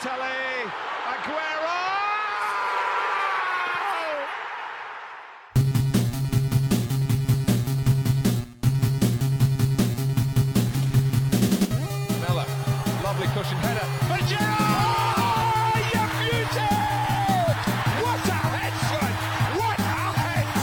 Balotelli, Aguero! Miller, lovely cushion header. For Giroud! You beauty! What a head, son! What a head!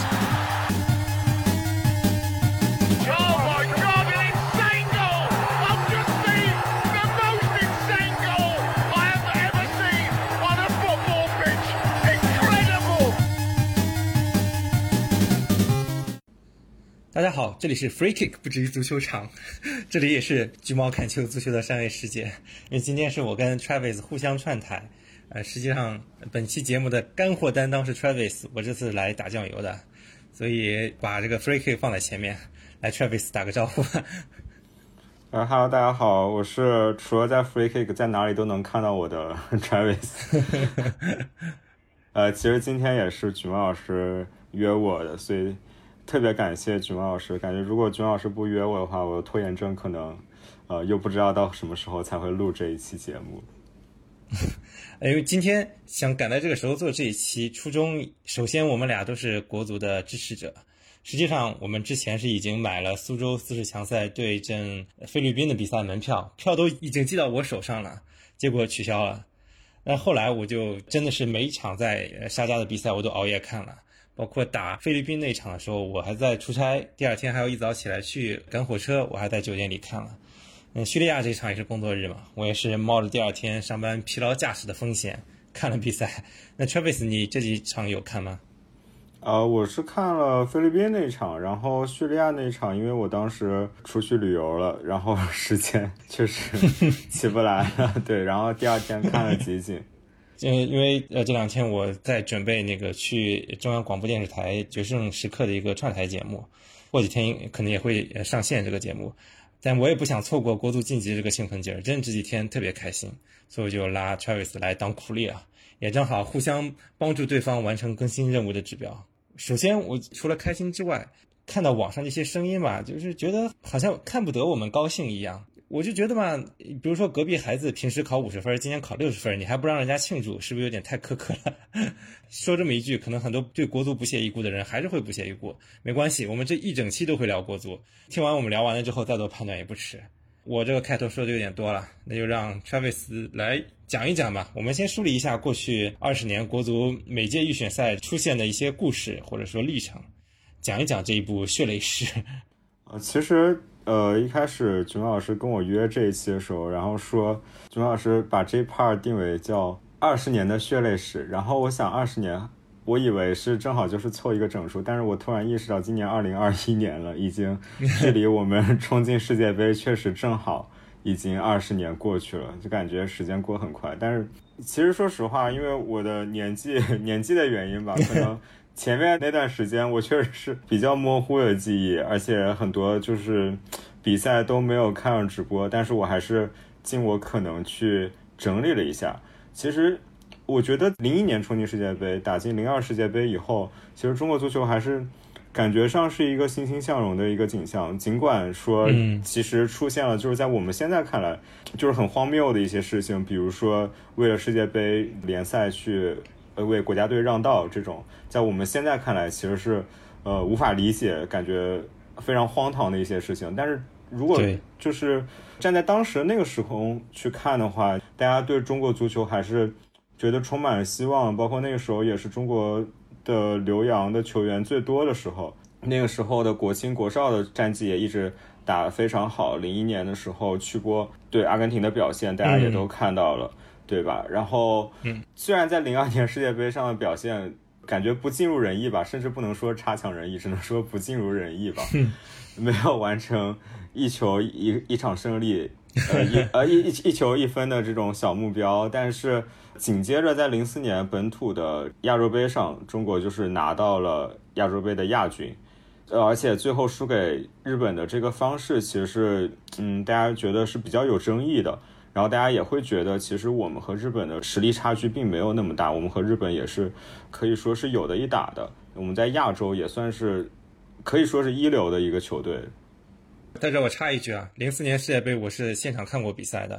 Oh my God, an insane goal! I've just seen the most insane goal I have ever seen on a football pitch. Incredible! 大家好，这里是 Free Kick 不止于足球场，这里也是橘猫看球足球的三维世界。因为今天是我跟 Travis 互相串台，实际上本期节目的干货担当是 Travis， 我这次来打酱油的，所以把这个 Free Kick 放在前面。来 Travis 打个招呼。 Hello， 大家好，我是除了在 Free Kick 在哪里都能看到我的 Travis。其实今天也是橘猫老师约我的，所以特别感谢橘猫老师。感觉如果橘猫老师不约我的话，我的拖延症可能又不知道到什么时候才会录这一期节目。 因为今天想赶在这个时候做这一期，初衷首先我们俩都是国足的支持者。实际上我们之前是已经买了苏州40强赛对阵菲律宾的比赛门票，票都已经寄到我手上了，结果取消了。那后来我就真的是每一场在沙加的比赛我都熬夜看了，包括打菲律宾那场的时候我还在出差，第二天还要一早起来去赶火车，我还在酒店里看了。叙利亚这场也是工作日嘛，我也是冒着第二天上班疲劳驾驶的风险看了比赛。那 Travis 你这几场有看吗？ 我是看了菲律宾那一场，然后叙利亚那一场，因为我当时出去旅游了，然后时间确实起不来了，对，然后第二天看了集锦。 因为这两天我在准备那个去中央广播电视台决胜时刻的一个串台节目，过几天可能也会上线这个节目，但我也不想错过国足晋级这个兴奋劲儿，真的这几天特别开心，所以我就拉 Travis 来当苦力啊，也正好互相帮助对方完成更新任务的指标。首先我除了开心之外，看到网上这些声音吧，就是觉得好像看不得我们高兴一样。我就觉得嘛，比如说隔壁孩子平时考50分，今年考60分，你还不让人家庆祝，是不是有点太苛刻了？说这么一句，可能很多对国足不屑一顾的人还是会不屑一顾。没关系，我们这一整期都会聊国足，听完我们聊完了之后再做判断也不迟。我这个开头说的有点多了，那就让 Travis 来讲一讲吧。我们先梳理一下过去20年国足每届预选赛出现的一些故事或者说历程，讲一讲这一部血泪史。 其实一开始橘猫老师跟我约这一期的时候，然后说橘猫老师把这 part 定为叫20年的血泪史，然后我想20年我以为是正好就是凑一个整数，但是我突然意识到今年2021年了，已经距离我们冲进世界杯确实正好已经20年过去了，就感觉时间过很快。但是其实说实话，因为我的年纪的原因吧，可能前面那段时间我确实是比较模糊的记忆，而且很多就是比赛都没有看上直播，但是我还是尽我可能去整理了一下。其实我觉得01年冲进世界杯，打进02世界杯以后，其实中国足球还是感觉上是一个欣欣向荣的一个景象，尽管说其实出现了就是在我们现在看来就是很荒谬的一些事情，比如说为了世界杯联赛去为国家队让道，这种在我们现在看来其实是无法理解，感觉非常荒唐的一些事情。但是如果就是站在当时那个时空去看的话，大家对中国足球还是觉得充满了希望，包括那个时候也是中国的留洋的球员最多的时候，那个时候的国青国少的战绩也一直打得非常好。01年的时候去过对阿根廷的表现大家也都看到了，对吧？然后虽然在02年世界杯上的表现感觉不尽如人意吧，甚至不能说差强人意，只能说不尽如人意吧，没有完成一球一场胜利一球1分的这种小目标。但是紧接着在04年本土的亚洲杯上，中国就是拿到了亚洲杯的亚军，而且最后输给日本的这个方式其实是大家觉得是比较有争议的。然后大家也会觉得其实我们和日本的实力差距并没有那么大，我们和日本也是可以说是有的一打的，我们在亚洲也算是可以说是一流的一个球队。 在这我插一句啊，04年世界杯我是现场看过比赛的，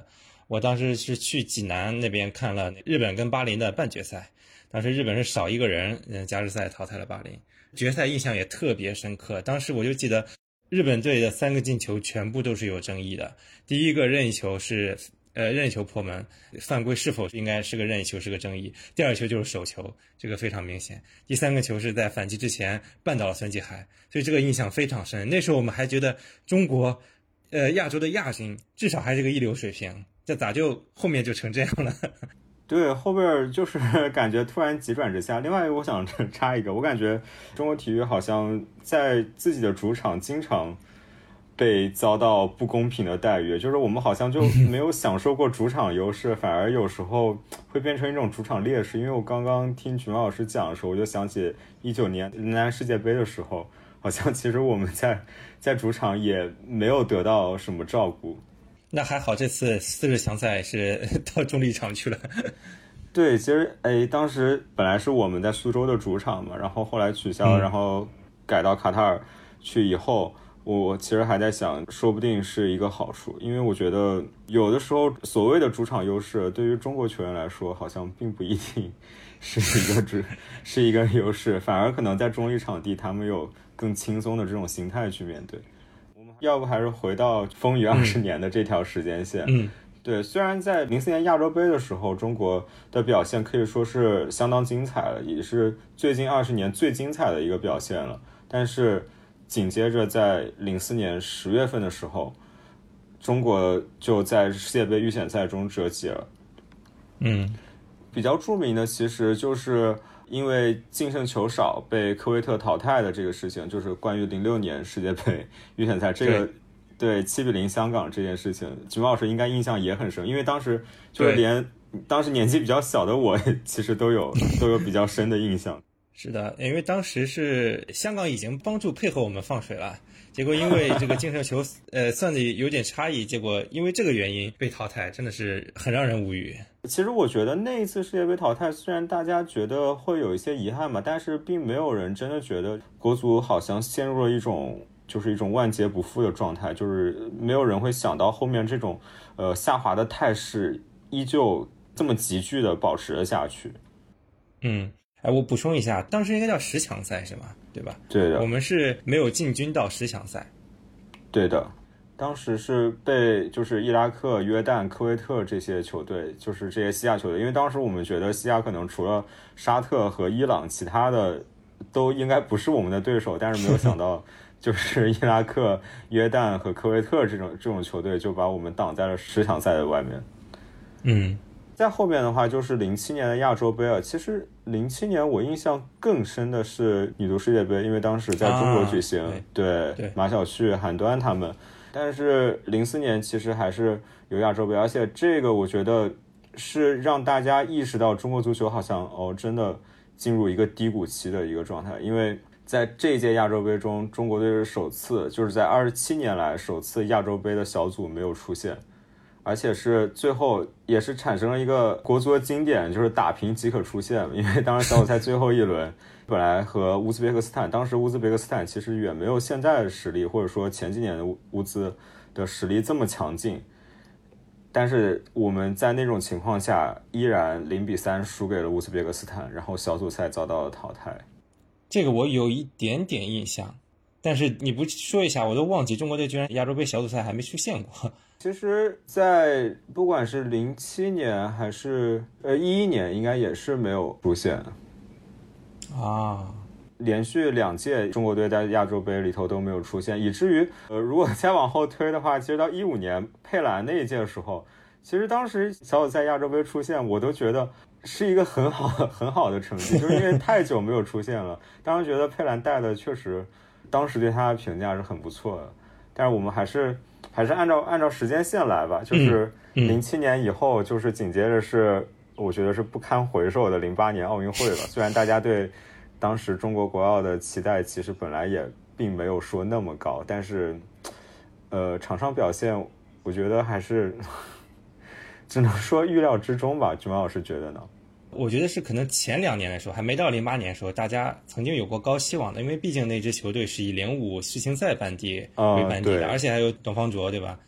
我当时是去济南那边看了日本跟巴林的半决赛，当时日本是少一个人，加时赛淘汰了巴林。决赛印象也特别深刻，当时我就记得日本队的3个进球全部都是有争议的。第一个任意球是任意球破门，犯规是否应该是个任意球是个争议。第二球就是手球，这个非常明显。第3个球是在反击之前绊倒了孙继海，所以这个印象非常深。那时候我们还觉得中国亚洲的亚军至少还是个一流水平，这咋就后面就成这样了？ 对，后边就是感觉突然急转直下。另外我想插一个，我感觉中国体育好像在自己的主场经常被遭到不公平的待遇，就是我们好像就没有享受过主场优势，反而有时候会变成一种主场劣势。因为我刚刚听曲毛老师讲的时候，我就想起19年男世界杯的时候，好像其实我们在主场也没有得到什么照顾。 那还好，这次4强赛是到中立场去了。 对，其实当时本来是我们在苏州的主场嘛，然后后来取消，然后改到卡塔尔去以后，我其实还在想，说不定是一个好处，因为我觉得有的时候所谓的主场优势，对于中国球员来说，好像并不一定是一个优势，反而可能在中立场地，他们有更轻松的这种心态去面对。要不还是回到风雨20年的这条时间线。对，虽然在04年亚洲杯的时候，中国的表现可以说是相当精彩了，也是最近20年最精彩的一个表现了。但是紧接着在04年10月份的时候，中国就在世界杯预选赛中折戟了。比较著名的其实就是因为净胜球少被科威特淘汰的这个事情，就是关于06年世界杯预选赛这个对7-0香港这件事情，菊毛老师应该印象也很深，因为当时就是连当时年纪比较小的我其实都有比较深的印象。 是的，因为当时是香港已经帮助配合我们放水了，结果因为这个净胜球算的有点差异，结果因为这个原因被淘汰，真的是很让人无语。 其实我觉得那一次世界杯淘汰，虽然大家觉得会有一些遗憾嘛，但是并没有人真的觉得国足好像陷入了一种万劫不复的状态，就是没有人会想到后面这种下滑的态势依旧这么急剧的保持了下去。 我补充一下，当时应该叫10强赛是吗？对吧？ 对的， 我们是没有进军到10强赛。 对的，当时是被就是伊拉克、约旦、科威特这些球队，就是这些西亚球队，因为当时我们觉得西亚可能除了沙特和伊朗，其他的都应该不是我们的对手，但是没有想到就是伊拉克、约旦和科威特这种球队就把我们挡在了10强赛的外面。在后面的话就是07年的亚洲杯了。其实07年我印象更深的是女足世界杯，因为当时在中国举行，对马晓旭、韩端他们。但是04年其实还是有亚洲杯，而且这个我觉得是让大家意识到中国足球好像真的进入一个低谷期的一个状态。因为在这一届亚洲杯中，中国队是首次，就是在27年来首次亚洲杯的小组没有出现，而且是最后也是产生了一个国足的经典，就是打平即可出线。因为当时小组赛最后一轮本来和乌兹别克斯坦，当时乌兹别克斯坦其实远没有现在的实力，或者说前几年的乌兹的实力这么强劲，但是我们在那种情况下依然0-3输给了乌兹别克斯坦，然后小组赛遭到了淘汰。 这个我有一点点印象，但是你不说一下我都忘记中国队居然亚洲杯小组赛还没出现过。 其实在不管是07年还是11年应该也是没有出现啊， 连续2届中国队在亚洲杯里头都没有出现，以至于如果再往后推的话，其实到15年佩兰那一届的时候，其实当时小组赛亚洲杯出现，我都觉得是一个很好的成绩，就是因为太久没有出现了。当时觉得佩兰带的确实，当时对他的评价是很不错的，但是我们还是按照时间线来吧，就是07年以后，就是紧接着是我觉得是不堪回首的08年奥运会了。虽然大家对当时中国国奥的期待其实本来也并没有说那么高，但是场上表现我觉得还是只能说预料之中吧。菊毛老师觉得呢？ 我觉得是可能前2年的时候，还没到08年的时候，大家曾经有过高希望的，因为毕竟那支球队是以05世青赛班底为班底的，而且还有董方卓，对吧？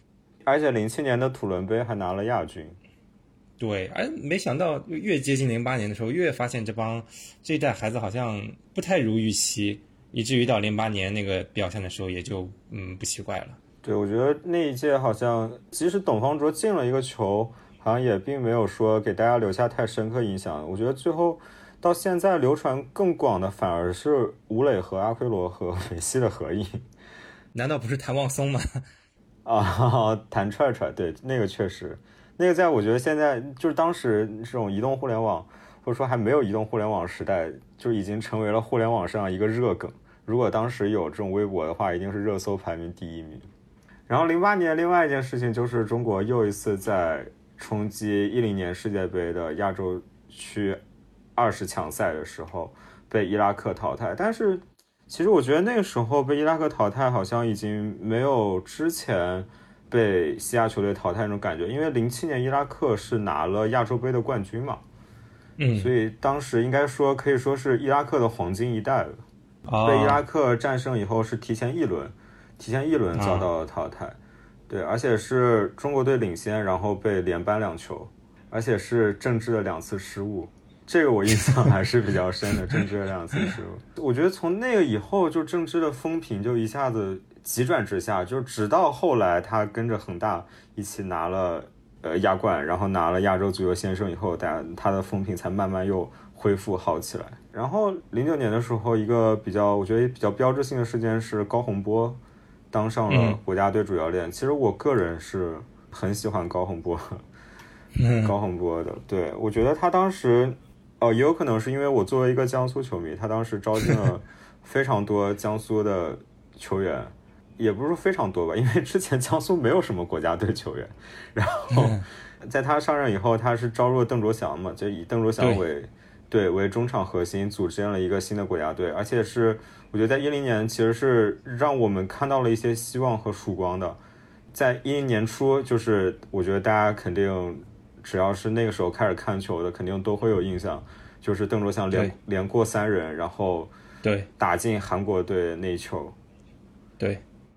而且07年的土伦杯还拿了亚军。 对，没想到越接近08年的时候，越发现这一代孩子好像不太如预期，以至于到08年那个表现的时候，也就不奇怪了。 对，我觉得那一届好像，即使董方卓进了一个球，好像也并没有说给大家留下太深刻印象。我觉得最后到现在流传更广的，反而是吴磊和阿奎罗和梅西的合影。 难道不是谭望松吗？ 啊，谭踹踹，对，那个确实。那个在我觉得现在就是当时这种移动互联网，或者说还没有移动互联网时代，就已经成为了互联网上一个热梗。如果当时有这种微博的话，一定是热搜排名第1名。然后08年另外一件事情就是中国又一次在冲击10年世界杯的亚洲区20强赛的时候被伊拉克淘汰。但是其实我觉得那个时候被伊拉克淘汰好像已经没有之前被西亚球队淘汰那种感觉，因为07年伊拉克是拿了亚洲杯的冠军嘛，所以当时应该说可以说是伊拉克的黄金一代了。被伊拉克战胜以后是提前一轮遭到了淘汰。对，而且是中国队领先，然后被连扳2球，而且是郑智的2次失误，这个我印象还是比较深的。郑智的2次失误，我觉得从那个以后，就郑智的风评就一下子急转直下，就直到后来他跟着恒大一起拿了亚冠，然后拿了亚洲足球先生以后，他的风评才慢慢又恢复好起来。然后09年的时候，一个我觉得比较标志性的事件是高洪波当上了国家队主教练。其实我个人是很喜欢高洪波的。对，我觉得他当时也有可能是因为我作为一个江苏球迷，他当时招进了非常多江苏的球员，也不是说非常多吧，因为之前江苏没有什么国家队球员。然后在他上任以后，他是招入了邓卓翔嘛，就以邓卓翔为中场核心组建了一个新的国家队，而且是我觉得在10年其实是让我们看到了一些希望和曙光的。在10年初，就是我觉得大家肯定只要是那个时候开始看球的，肯定都会有印象，就是邓卓翔连过3人，然后打进韩国队那一球， 对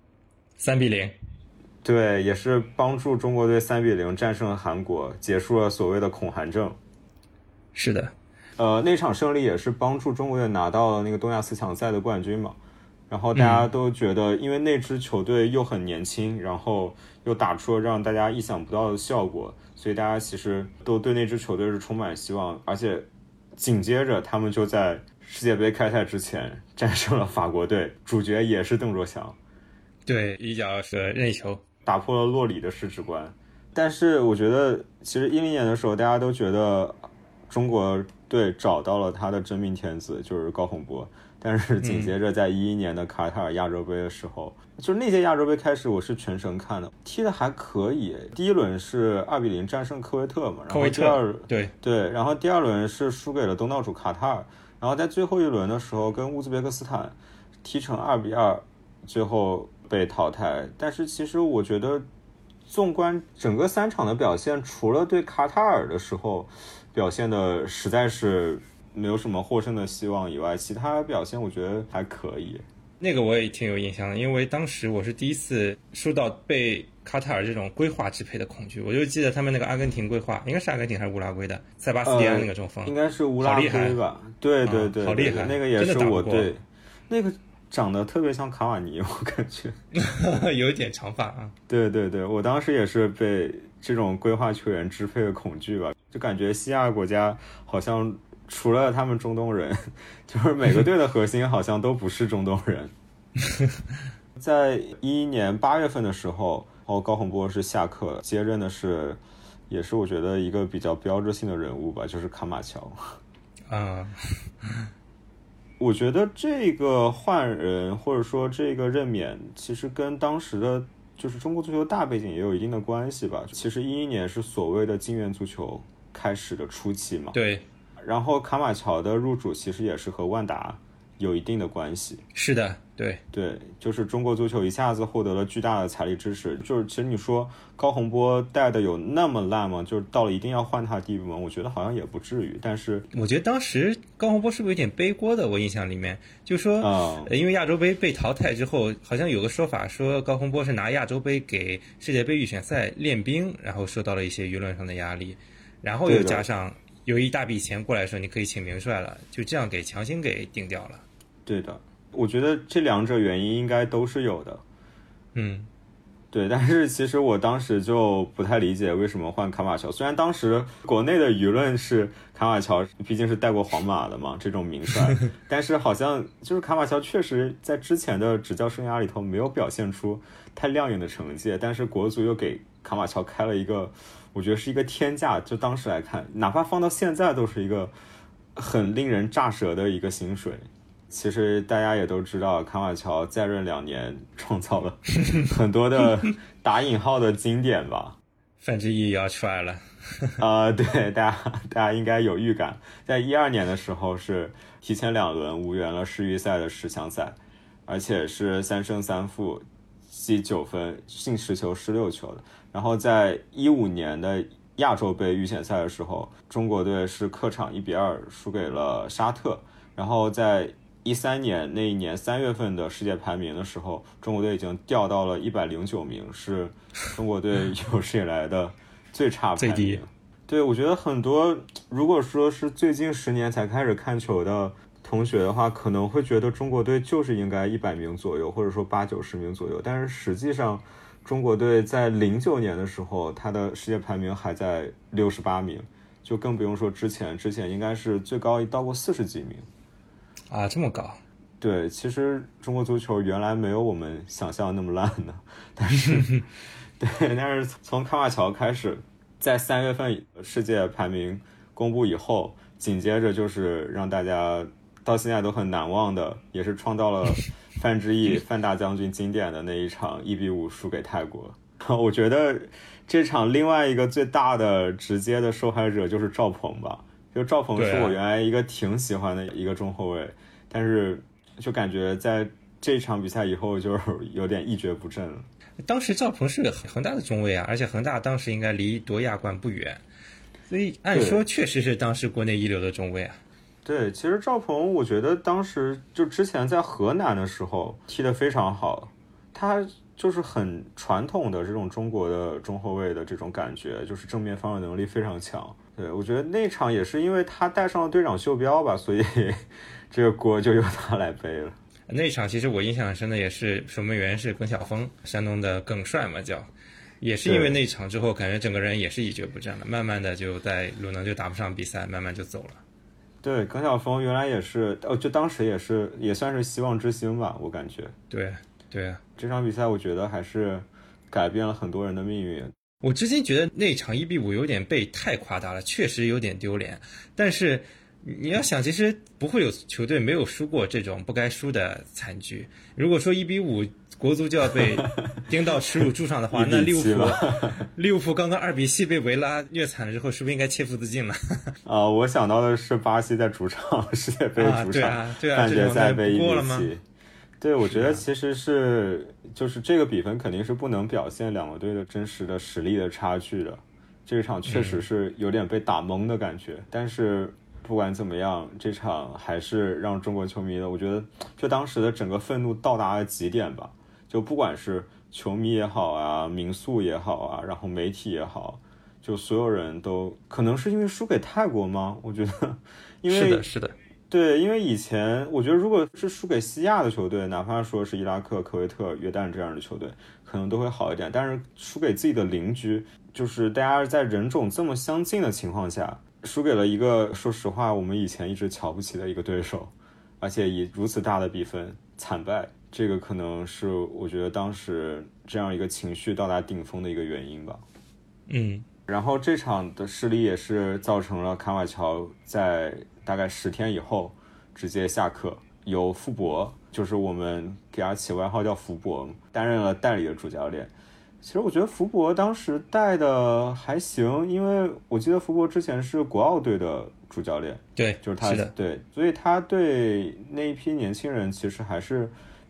，3-0， 对，也是帮助中国队3-0战胜了韩国，结束了所谓的恐韩症。 是的。 那场胜利也是帮助中国队拿到了那个东亚4强赛的冠军嘛。然后大家都觉得，因为那支球队又很年轻，然后又打出了让大家意想不到的效果，所以大家其实都对那支球队是充满希望。而且紧接着他们就在世界杯开赛之前战胜了法国队，主角也是邓卓翔。 对，一脚是任意球， 打破了洛里的世界观。但是我觉得，其实10年的时候，大家都觉得中国队找到了他的真命天子，就是高洪波。但是紧接着在11年的卡塔尔亚洲杯的时候，就是那届亚洲杯开始，我是全程看的，踢的还可以。第一轮是2-0战胜科威特嘛，然后对，然后第二轮是输给了东道主卡塔尔，然后在最后一轮的时候跟乌兹别克斯坦踢成2-2，最后被淘汰。但是其实我觉得，纵观整个3场的表现，除了对卡塔尔的时候表现的实在是没有什么获胜的希望以外，其他表现我觉得还可以。 那个我也挺有印象的，因为当时我是第一次受到被卡塔尔这种规划支配的恐惧。我就记得他们那个阿根廷规划，应该是阿根廷还是乌拉圭的塞巴斯蒂安那个中锋， 应该是乌拉圭吧？对， 好厉害， 那个也是我对那个长得特别像卡瓦尼，我感觉有一点长发啊。 对，我当时也是被这种规划球员支配的恐惧吧，就感觉西亚国家好像除了他们中东人，就是每个队的核心好像都不是中东人。在11年8月份的时候，高洪波是下课了，接任的是也是我觉得一个比较标志性的人物吧，就是卡马乔啊。 我觉得这个换人或者说这个任免，其实跟当时的就是中国足球大背景也有一定的关系吧。其实11年是所谓的金元足球开始的初期嘛。 对。 然后卡马乔的入主其实也是和万达有一定的关系。 是的， 对对，就是中国足球一下子获得了巨大的财力支持。就是其实你说高洪波带的有那么烂吗？就是到了一定要换他的地步吗？我觉得好像也不至于。但是我觉得当时高洪波是不是有点背锅的？我印象里面就说，因为亚洲杯被淘汰之后，好像有个说法说高洪波是拿亚洲杯给世界杯预选赛练兵，然后受到了一些舆论上的压力，然后又加上有一大笔钱过来说你可以请名帅了，就这样给强行给定掉了。 对的，我觉得这两者原因应该都是有的。对，但是其实我当时就不太理解为什么换卡马乔。虽然当时国内的舆论是卡马乔毕竟是带过皇马的嘛，这种名帅，但是好像就是卡马乔确实在之前的执教生涯里头没有表现出太亮眼的成绩，但是国足又给卡马乔开了一个，我觉得是一个天价，就当时来看，哪怕放到现在都是一个很令人咋舌的一个薪水。其实大家也都知道，卡马乔在任2年创造了很多的打引号的经典吧。 范志毅也要出来了。 对，大家应该有预感，在12年的时候是提前2轮无缘了世预赛的10强赛，而且是3胜3负，积9分，进10球失6球的。然后在15年的亚洲杯预选赛的时候，中国队是客场1-2输给了沙特。然后在13年那一年3月份的世界排名的时候，中国队已经掉到了109名，是中国队有史以来的最差排名。最低。对，我觉得很多如果说是最近10年才开始看球的同学的话，可能会觉得中国队就是应该100名左右，或者说80-90名左右。但是实际上，中国队在09年的时候，他的世界排名还在68名，就更不用说之前应该是最高到过40几名。 啊，这么高？ 对，其实中国足球原来没有我们想象的那么烂的，但是从卡马乔开始，在3月份世界排名公布以后，紧接着就是让大家到现在都很难忘的，也是创造了范志毅范大将军经典的那一场1-5输给泰国。我觉得这场另外一个最大的直接的受害者就是赵鹏吧。就赵鹏是我原来一个挺喜欢的一个中后卫，但是就感觉在这场比赛以后就有点一蹶不振了。 当时赵鹏是恒大的中卫啊，而且恒大当时应该离夺亚冠不远，所以按说确实是当时国内一流的中卫啊。 对，其实赵鹏我觉得当时就之前在河南的时候踢得非常好，他就是很传统的这种中国的中后卫的这种感觉，就是正面防守能力非常强。对，我觉得那场也是因为他带上了队长袖标吧，所以这个锅就由他来背了。 那场其实我印象很深的也是守门员是耿晓峰，山东的耿帅嘛叫，也是因为那场之后感觉整个人也是一蹶不振了，慢慢的就在鲁能就打不上比赛，慢慢就走了。 对，耿晓峰原来也是就当时也算是希望之星吧，我感觉。 对啊， 这场比赛我觉得还是改变了很多人的命运。 我之前觉得那场1-5有点被太夸大了，确实有点丢脸，但是你要想，其实不会有球队没有输过这种不该输的惨剧。如果说1-5国足就要被盯到耻辱柱上的话，那利物浦刚刚2-7被维拉虐惨了之后，是不是应该切腹自尽了？ 我想到的是巴西在主场世界杯主场半决赛被1-7。对，我觉得其实就是这个比分肯定是不能表现两个队的真实的实力的差距的。这场确实是有点被打懵的感觉，但是不管怎么样，这场还是让中国球迷的，我觉得就当时的整个愤怒到达了极点吧。就不管是球迷也好啊，民宿也好啊，然后媒体也好，就所有人都可能是因为输给泰国吗？我觉得，因为是的。 对，因为以前我觉得如果是输给西亚的球队，哪怕说是伊拉克、科威特、约旦这样的球队，可能都会好一点。但是输给自己的邻居，就是大家在人种这么相近的情况下，输给了一个说实话我们以前一直瞧不起的一个对手，而且以如此大的比分惨败，这个可能是我觉得当时这样一个情绪到达顶峰的一个原因吧。然后这场的失利也是造成了卡马乔在大概10天以后直接下课，由福伯，就是我们给他起外号叫福伯，担任了代理的主教练。其实我觉得福伯当时带的还行，因为我记得福伯之前是国奥队的主教练， 对， 就是他， 是的， 对，所以他对那一批年轻人其实还是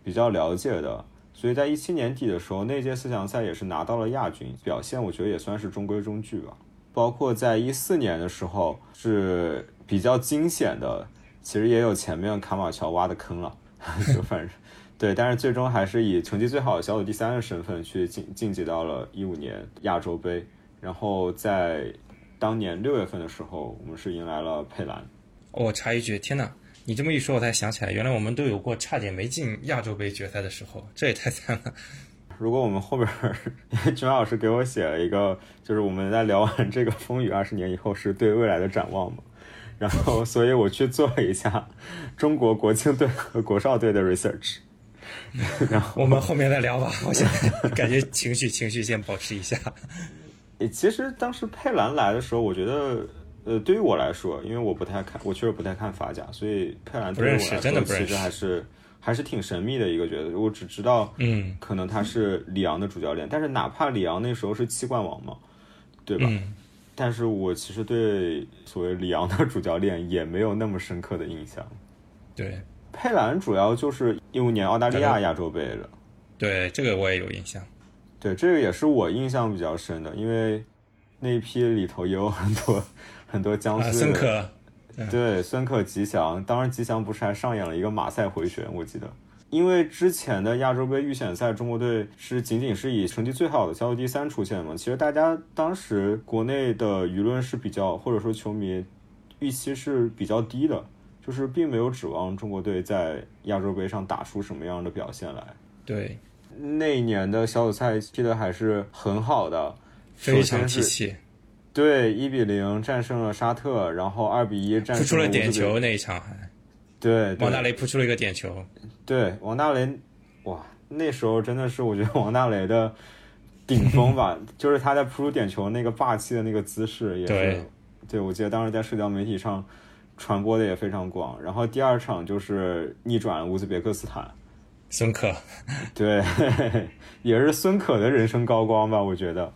比较了解的，所以在17年底的时候，那届4强赛也是拿到了亚军，表现我觉得也算是中规中矩吧。包括在14年的时候是比较惊险的，其实也有前面卡马乔挖的坑了，就反正对，但是最终还是以成绩最好的小组第3的身份去晋级到了15年亚洲杯。然后在当年6月份的时候，我们是迎来了佩兰。 我插一句，天哪！你这么一说，我才想起来，原来我们都有过差点没进亚洲杯决赛的时候，这也太惨了。 如果我们后边，因为君老师给我写了一个，就是我们在聊完这个风雨20年以后是对未来的展望嘛，然后所以我去做了一下中国国青队和国少队的 research。然后我们后面再聊吧，我现在感觉情绪先保持一下。 其实当时佩兰来的时候，我觉得对于我来说，因为我确实不太看法甲，所以佩兰对于我来说其实还是挺神秘的一个角色。我只知道可能他是里昂的主教练，但是哪怕里昂那时候是7冠王嘛，对吧？但是我其实对所谓里昂的主教练也没有那么深刻的印象。 对， 佩兰主要就是15年澳大利亚亚洲杯了。 对，这个我也有印象。 对，这个也是我印象比较深的，因为那一批里头也有很多江苏的孙可， 对，孙可、吉祥，当然吉祥不是还上演了一个马赛回旋，我记得。因为之前的亚洲杯预选赛，中国队是仅仅是以成绩最好的小组第3出现嘛，其实大家当时国内的舆论是比较，或者说球迷预期是比较低的，就是并没有指望中国队在亚洲杯上打出什么样的表现来。 对， 那一年的小组赛踢得还是很好的， 非常提气。 对，1-0战胜了沙特，然后2-1战胜了扑出了点球那一场还。 对， 王大雷扑出了一个点球。 对，王大雷，哇，那时候真的是我觉得王大雷的顶峰吧，就是他在扑出点球那个霸气的那个姿势也是，对，我记得当时在社交媒体上传播的也非常广。然后第2场就是逆转乌兹别克斯坦， 孙可， 对，也是孙可的人生高光吧，我觉得。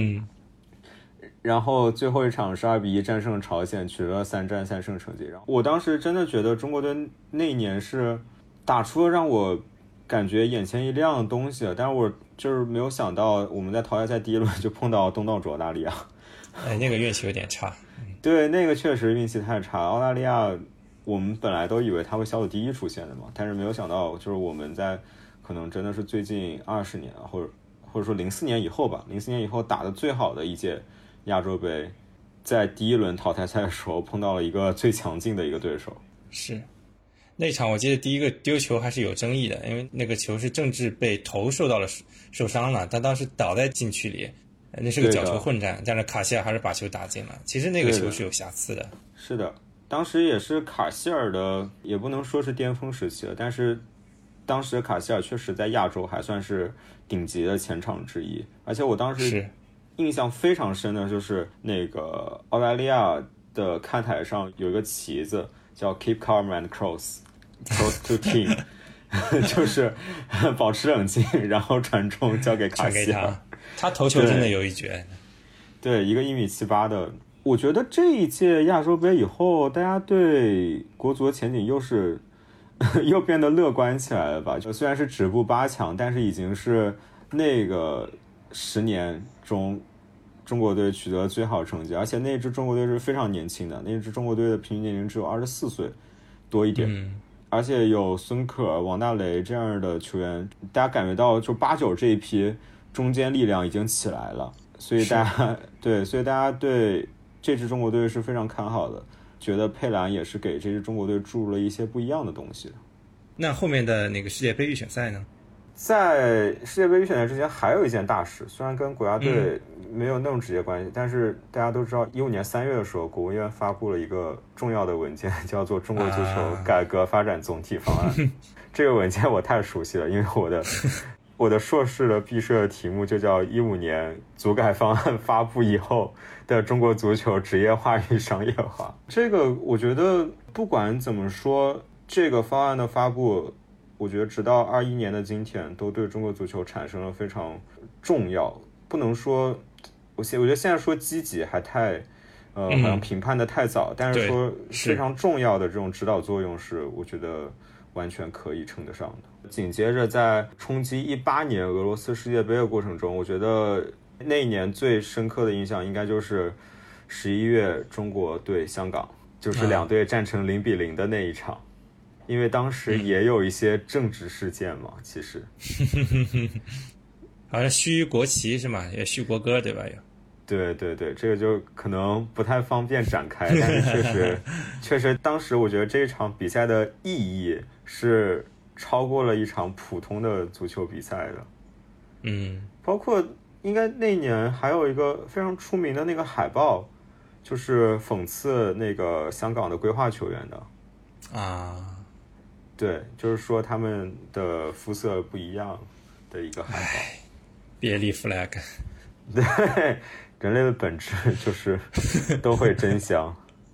然后最后一场是2-1战胜了朝鲜，取得了3战3胜成绩。然后我当时真的觉得中国队那一年是打出了让我感觉眼前一亮的东西，但是我就是没有想到我们在淘汰赛第1轮就碰到东道主澳大利亚。 那个运气有点差。 对，那个确实运气太差。澳大利亚我们本来都以为他会小组第1出现的嘛，但是没有想到就是我们在可能真的是最近20年或者说04年以后吧，04年以后打的最好的一届亚洲杯，在第1轮淘汰赛的时候碰到了一个最强劲的一个对手。 是那场我记得第一个丢球还是有争议的，因为那个球是郑智被头受伤了，他当时倒在禁区里，那是个角球混战，但是卡希尔还是把球打进了。其实那个球是有瑕疵的。 是的，当时也是卡希尔的，也不能说是巅峰时期了，但是当时卡希尔确实在亚洲还算是顶级的前场之一。而且我当时印象非常深的就是那个澳大利亚的看台上有一个旗子叫 Keep Calm and Close to Team 就是保持冷静，然后传中交给卡希尔。 他头球真的有一绝。 对，一个1.78米的。我觉得这一届亚洲杯以后，大家对国足的前景又变得乐观起来了吧？就虽然是止步8强，但是已经是那个10年中中国队取得最好成绩，而且那支中国队是非常年轻的，那支中国队的平均年龄只有24岁多一点。而且有孙可、王大雷这样的球员，大家感觉到就8、9这一批中坚力量已经起来了，所以大家对这支中国队是非常看好的，觉得佩兰也是给这支中国队注入了一些不一样的东西。 那后面的那个世界杯预选赛呢？ 在世界杯预选赛之前还有一件大事，虽然跟国家队没有那么直接关系，但是大家都知道15年3月的时候，国务院发布了一个重要的文件，叫做《中国足球改革发展总体方案》。这个文件我太熟悉了，因为我的硕士的毕设题目就叫15年足改方案发布以后的中国足球职业化与商业化。这个我觉得不管怎么说，这个方案的发布，我觉得直到21年的今天都对中国足球产生了非常重要，不能说我觉得现在说积极还太好像评判的太早，但是说非常重要的这种指导作用是我觉得完全可以称得上的。紧接着在冲击18年俄罗斯世界杯的过程中，我觉得那一年最深刻的印象应该就是11月中国对香港，就是两队战成0-0的那一场。因为当时也有一些政治事件嘛，其实好像虚国旗是吗？也虚国歌对吧？ 对对对，这个就可能不太方便展开，但是确实当时我觉得这一场比赛的意义是超过了一场普通的足球比赛的。包括应该那年还有一个非常出名的那个海报，就是讽刺那个香港的规划球员的啊。 对，就是说他们的肤色不一样的一个海报。 别立 flag。 对，人类的本质就是都会真香。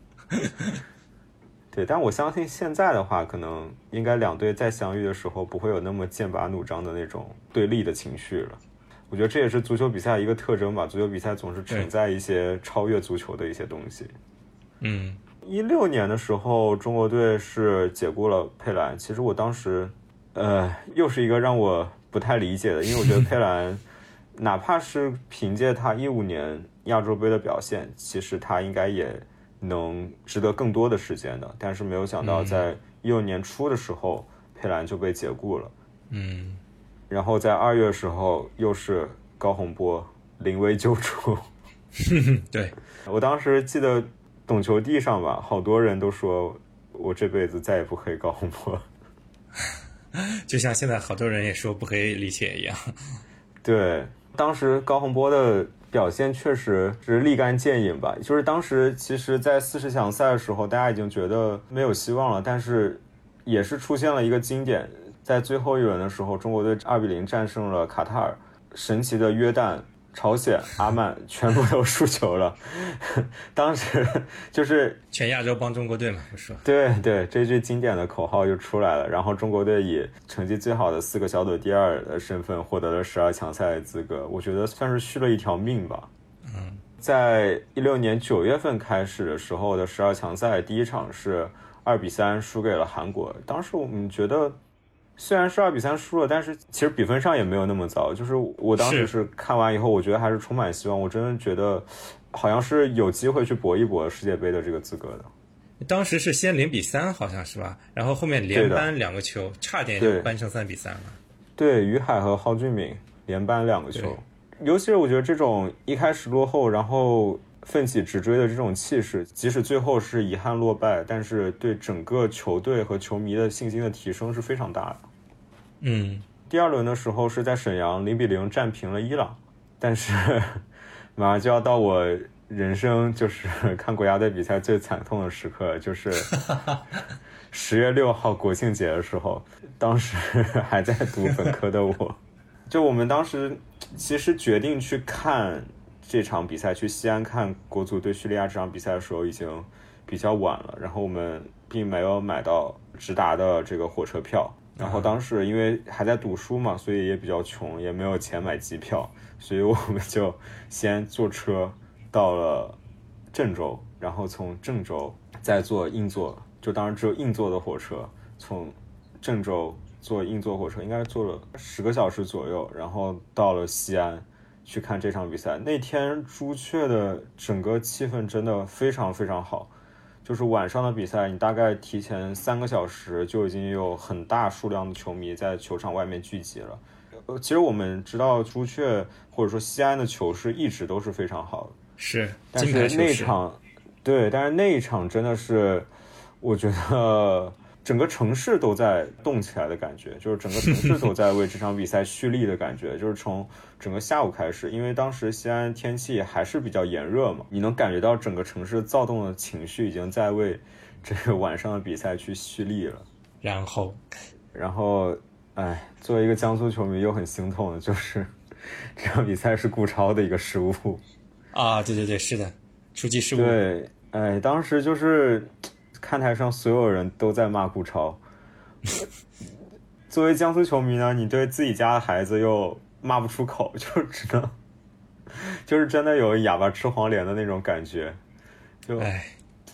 对，但我相信现在的话，可能应该两队再相遇的时候不会有那么剑拔弩张的那种对立的情绪了。我觉得这也是足球比赛一个特征吧，足球比赛总是承载一些超越足球的一些东西。16年的时候，中国队是解雇了佩兰。其实我当时，又是一个让我不太理解的，因为我觉得佩兰，哪怕是凭借他15年亚洲杯的表现，其实他应该也能值得更多的时间的。但是没有想到，在16年初的时候，佩兰就被解雇了。然后在2月的时候，又是高洪波临危救助。 对， 我当时记得。懂球帝上吧，好多人都说我这辈子再也不黑高洪波， 就像现在好多人也说不黑李铁一样。 对，当时高洪波的表现确实是立竿见影吧，就是当时其实在40强赛的时候，大家已经觉得没有希望了，但是也是出现了一个经典，在最后一轮的时候，中国队2-0战胜了卡塔尔，神奇的约旦、朝鲜、阿曼全部都输球了。当时就是全亚洲帮中国队嘛，不说。 对对，这句经典的口号就出来了。然后中国队以成绩最好的4个小组第2的身份获得了12强赛的资格，我觉得算是续了一条命吧。在16年9月份开始的时候的12强赛，第一场是2-3输给了韩国。当时我们觉得虽然是2-3输了，但是其实比分上也没有那么糟。就是我当时是看完以后，我觉得还是充满希望。我真的觉得好像是有机会去搏一搏世界杯的这个资格的。 当时是先0-3好像是吧，然后后面连扳2个球，差点就扳成3-3了。 对，于海和蒿俊闵连扳2个球。尤其是我觉得这种一开始落后，然后奋起直追的这种气势，即使最后是遗憾落败，但是对整个球队和球迷的信心的提升是非常大的。第2轮的时候是在沈阳0-0战平了伊朗，但是马上就要到我人生就是看国家队比赛最惨痛的时刻，就是10月6号国庆节的时候，当时还在读本科的我，就我们当时其实决定去看这场比赛，去西安看国足对叙利亚这场比赛的时候已经比较晚了，然后我们并没有买到直达的这个火车票，然后当时因为还在读书嘛，所以也比较穷，也没有钱买机票，所以我们就先坐车到了郑州，然后从郑州再坐硬座，就当时只有硬座的火车，从郑州坐硬座火车应该是坐了10个小时左右，然后到了西安去看这场比赛。那天朱雀的整个气氛真的非常非常好，就是晚上的比赛你大概提前3个小时就已经有很大数量的球迷在球场外面聚集了。其实我们知道朱雀或者说西安的球市一直都是非常好的， 是， 但是那场对，但是那一场真的是我觉得整个城市都在动起来的感觉，就是整个城市都在为这场比赛蓄力的感觉。就是从整个下午开始，因为当时西安天气还是比较炎热嘛，你能感觉到整个城市躁动的情绪已经在为这个晚上的比赛去蓄力了。 然后作为一个江苏球迷又很心痛的就是这场比赛是顾超的一个失误啊，对对对，是的，出击失误。 对，当时就是看台上所有人都在骂顾超。作为江苏球迷呢，你对自己家的孩子又骂不出口，就只能就是真的有哑巴吃黄连的那种感觉。就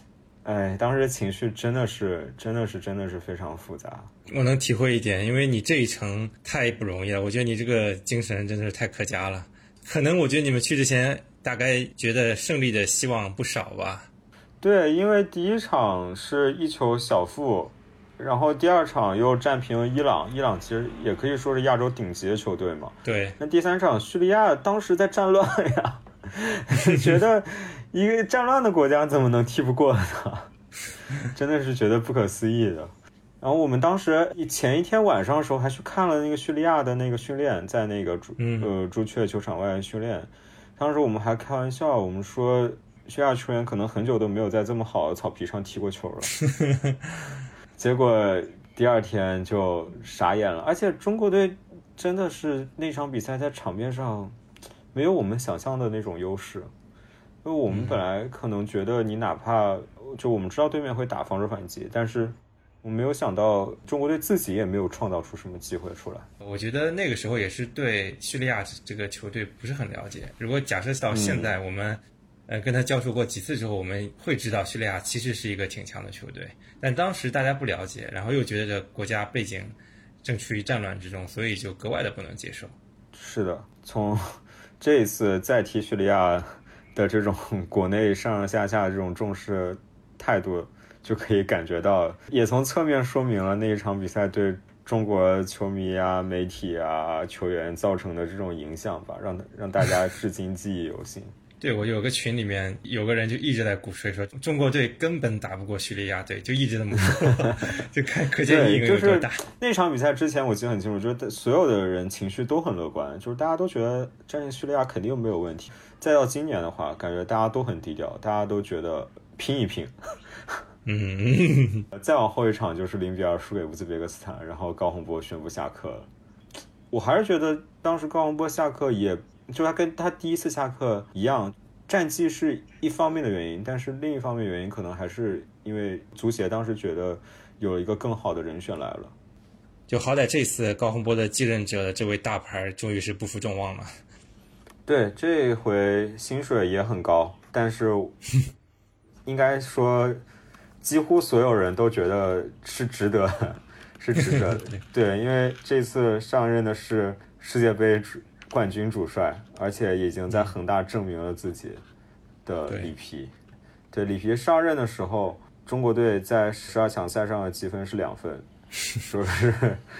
哎，当时情绪真的是非常复杂。 我能体会一点，因为你这一程太不容易了，我觉得你这个精神真的是太可嘉了。可能我觉得你们去之前大概觉得胜利的希望不少吧。 对，因为第一场是一球小负，然后第二场又战平了伊朗，伊朗其实也可以说是亚洲顶级的球队嘛。 对， 那第三场叙利亚当时在战乱呀，觉得一个战乱的国家怎么能踢不过呢？真的是觉得不可思议的。然后我们当时前一天晚上的时候还去看了那个叙利亚的那个训练，在那个朱雀球场外训练。当时我们还开玩笑，我们说叙利亚球员可能很久都没有在这么好的草皮上踢过球了。结果第二天就傻眼了，而且中国队真的是那场比赛在场面上没有我们想象的那种优势。因为我们本来可能觉得你哪怕就我们知道对面会打防守反击，但是我没有想到中国队自己也没有创造出什么机会出来。 我觉得那个时候也是对叙利亚这个球队不是很了解。如果假设到现在我们跟他交手过几次之后，我们会知道叙利亚其实是一个挺强的球队，但当时大家不了解，然后又觉得国家背景正处于战乱之中，所以就格外的不能接受。 是的，从这一次再踢叙利亚的这种国内上上下下这种重视态度就可以感觉到，也从侧面说明了那一场比赛对中国球迷啊、媒体啊、球员造成的这种影响吧，让大家至今记忆犹新。 对，我有个群里面有个人就一直在鼓吹说中国队根本打不过叙利亚队，就一直这么说，就可见影响有多大。 就是那场比赛之前我记得很清楚，就是所有的人情绪都很乐观，就是大家都觉得战胜叙利亚肯定没有问题。再到今年的话，感觉大家都很低调，大家都觉得拼一拼。再往后一场就是0-2输给乌兹别克斯坦，然后高洪波宣布下课了。我还是觉得当时高洪波下课也就他跟他第一次下课一样，战绩是一方面的原因，但是另一方面原因可能还是因为足协当时觉得有一个更好的人选来了。 就好歹这次高洪波的继任者这位大牌终于是不负众望了。 对，这回薪水也很高，但是应该说几乎所有人都觉得是值得的，是值得的。对，因为这次上任的是世界杯冠军主帅，而且已经在恒大证明了自己的里皮。对，里皮上任的时候，中国队在12强赛上的积分是2分，说是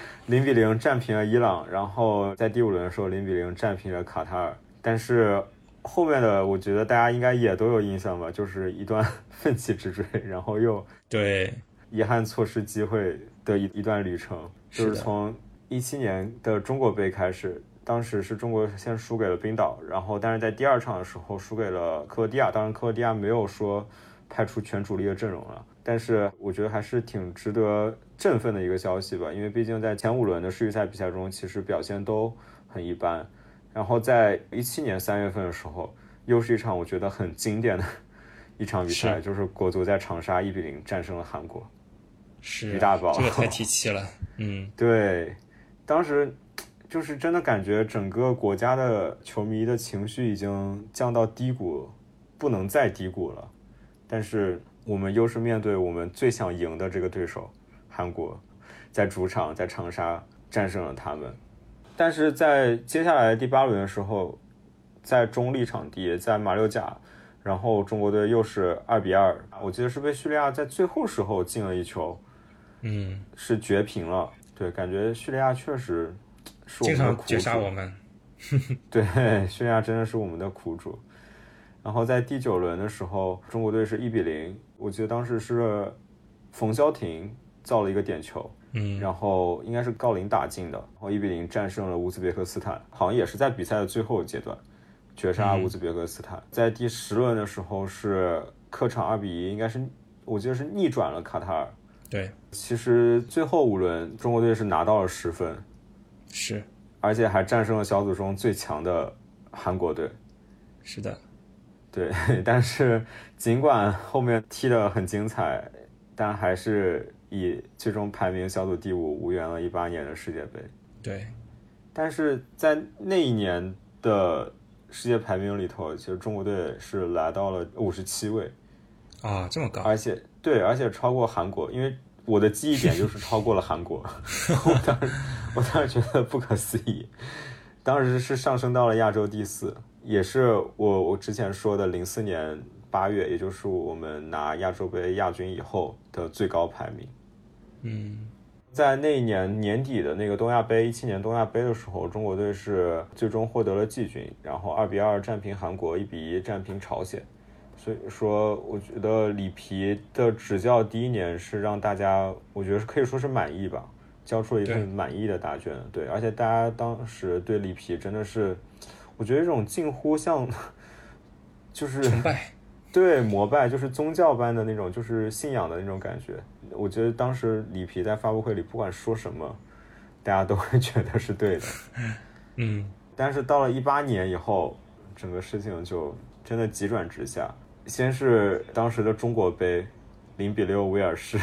0-0战平了伊朗，然后在第5轮的时候0-0战平了卡塔尔。但是后面的我觉得大家应该也都有印象吧，就是一段奋起直追，然后又对遗憾错失机会的一段旅程。就是从17年的中国杯开始，当时是中国先输给了冰岛，然后但是在第2场的时候输给了克罗地亚，当然克罗地亚没有说派出全主力的阵容了，但是我觉得还是挺值得振奋的一个消息吧，因为毕竟在前5轮的世预赛比赛中其实表现都很一般。然后在17年3月份的时候，又是一场我觉得很经典的一场比赛，就是国足在长沙1-0战胜了韩国。 是于大宝， 这个太提气了。 对，当时就是真的感觉整个国家的球迷的情绪已经降到低谷，不能再低谷了。但是我们又是面对我们最想赢的这个对手韩国，在主场在长沙战胜了他们。但是在接下来的第8轮的时候，在中立场地，在马六甲，然后中国队又是2-2，我记得是被叙利亚在最后时候进了一球，是绝平了。对，感觉叙利亚确实是我们的苦主，经常绝杀我们。 对，叙利亚真的是我们的苦主。然后在第9轮的时候，中国队是1-0，我记得当时是冯潇霆造了一个点球。然后应该是郜林打进的，然后1-0战胜了乌兹别克斯坦，好像也是在比赛的最后阶段绝杀乌兹别克斯坦。在第10轮的时候是客场2-1，应该是我记得是逆转了卡塔尔。 对， 其实最后5轮中国队是拿到了10分， 是， 而且还战胜了小组中最强的韩国队。 是的， 对，但是尽管后面踢得很精彩，但还是以最终排名小组第5无缘了18年的世界杯。 对， 但是在那一年的世界排名里头，其实中国队是来到了57位啊，这么高。 而且对，而且超过韩国，因为我的记忆点就是超过了韩国，我当时觉得不可思议，当时是上升到了亚洲第4，也是我之前说的04年8月，也就是我们拿亚洲杯亚军以后的最高排名。在那一年年底的那个东亚杯17年东亚杯的时候，中国队是最终获得了季军，然后2-2战平韩国，1-1战平朝鲜。所以说我觉得里皮的执教第1年是让大家我觉得可以说是满意吧，交出了一份满意的答卷。对，而且大家当时对里皮真的是我觉得这种近乎像就是崇拜， 对，膜拜，就是宗教般的那种，就是信仰的那种感觉。我觉得当时里皮在发布会里不管说什么大家都会觉得是对的。但是到了18年以后，整个事情就真的急转直下。先是当时的中国杯0-6威尔士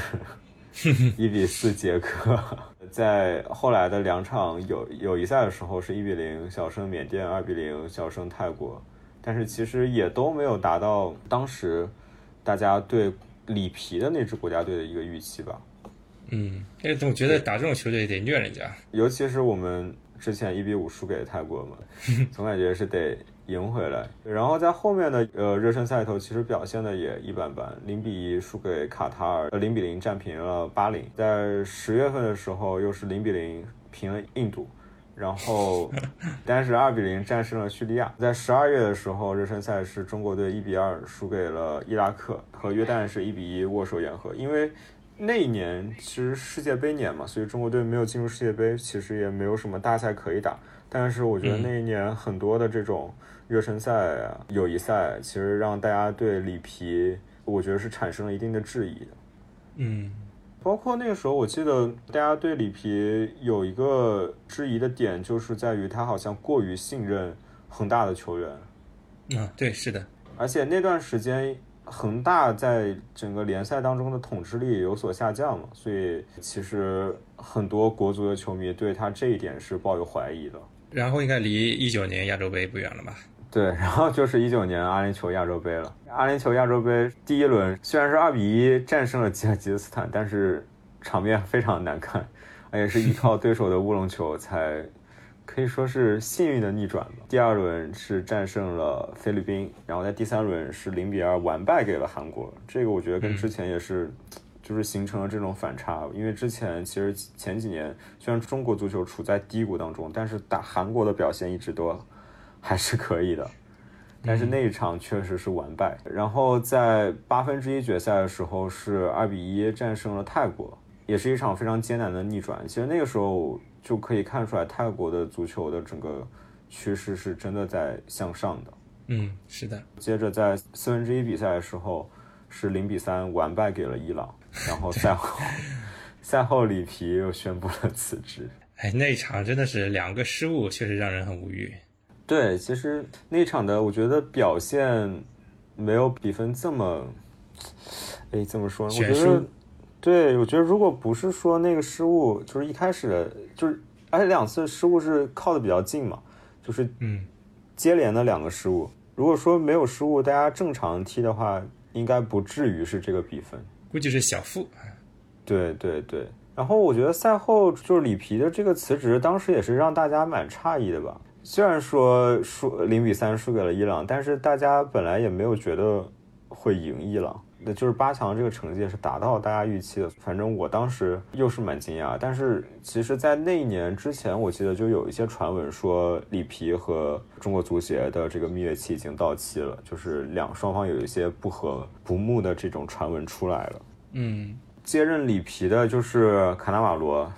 1-4捷克，在后来的2场友谊赛的时候是1-0小胜缅甸，2-0小胜泰国，但是其实也都没有达到当时大家对里皮的那支国家队的一个预期吧。 因为总觉得打这种球队得虐人家， 尤其是我们之前1-5输给泰国嘛，总感觉是得赢回来。然后在后面的热身赛头其实表现的也一般般，0-1输给卡塔尔，0-0战平了巴林，在10月份的时候又是0-0平了印度，然后但是2-0战胜了叙利亚。在12月的时候，热身赛是中国队1-2输给了伊拉克，和约旦是1-1握手言和。因为那一年其实世界杯年嘛，所以中国队没有进入世界杯，其实也没有什么大赛可以打。但是我觉得那一年很多的这种热身赛啊、友谊赛，其实让大家对里皮我觉得是产生了一定的质疑的。包括那个时候我记得大家对里皮有一个质疑的点，就是在于他好像过于信任恒大的球员。 对，是的。 而且那段时间恒大在整个联赛当中的统治力有所下降嘛，所以其实很多国足的球迷对他这一点是抱有怀疑的。 然后应该离19年亚洲杯不远了吧？ 对，然后就是19年阿联酋亚洲杯了。阿联酋亚洲杯第一轮虽然是2-1战胜了吉尔吉斯斯坦，但是场面非常难看，而且是依靠对手的乌龙球才可以说是幸运的逆转吧。第2轮是战胜了菲律宾，然后在第3轮是0-2完败给了韩国。这个我觉得跟之前也是就是形成了这种反差，因为之前其实前几年虽然中国足球处在低谷当中，但是打韩国的表现一直都还是可以的，但是那一场确实是完败。然后在1/8决赛的时候是2-1战胜了泰国，也是一场非常艰难的逆转。其实那个时候就可以看出来泰国的足球的整个趋势是真的在向上的。 是的。 接着在1/4比赛的时候是0-3完败给了伊朗，然后赛后里皮又宣布了辞职。 那一场真的是2个失误，确实让人很无语。 对，其实那场的我觉得表现没有比分这么，怎么说呢？我觉得，对，我觉得如果不是说那个失误，就是一开始的，就是而且2次失误是靠的比较近嘛，就是接连的2个失误。如果说没有失误，大家正常踢的话，应该不至于是这个比分， 估计是小负。 对对对。然后我觉得赛后就是里皮的这个辞职，当时也是让大家蛮诧异的吧。虽然说0-3输给了伊朗，但是大家本来也没有觉得会赢伊朗，那就是8强这个成绩是达到大家预期的。反正我当时又是蛮惊讶，但是其实在那一年之前，我记得就有一些传闻说里皮和中国足协的这个蜜月期已经到期了，就是双方有一些不和不睦的这种传闻出来了。接任里皮的就是卡纳瓦罗，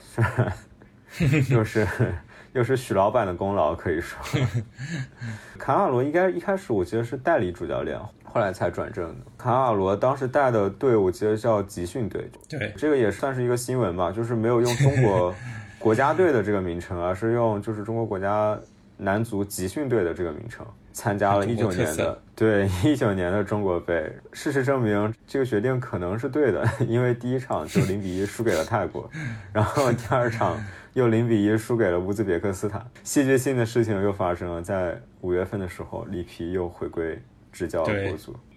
又是许老板的功劳，可以说。卡纳瓦罗应该一开始我记得是代理主教练，后来才转正的。卡纳瓦罗当时带的队我记得叫集训队， 对， 这个也算是一个新闻吧，就是没有用中国国家队的这个名称，而是用就是中国国家男足集训队的这个名称，参加了19年的中国杯。事实证明这个决定可能是对的，因为第一场就0-1输给了泰国，然后第2场又0-1输给了乌兹别克斯坦。戏剧性的事情又发生了，在5月份的时候里皮又回归执教国足。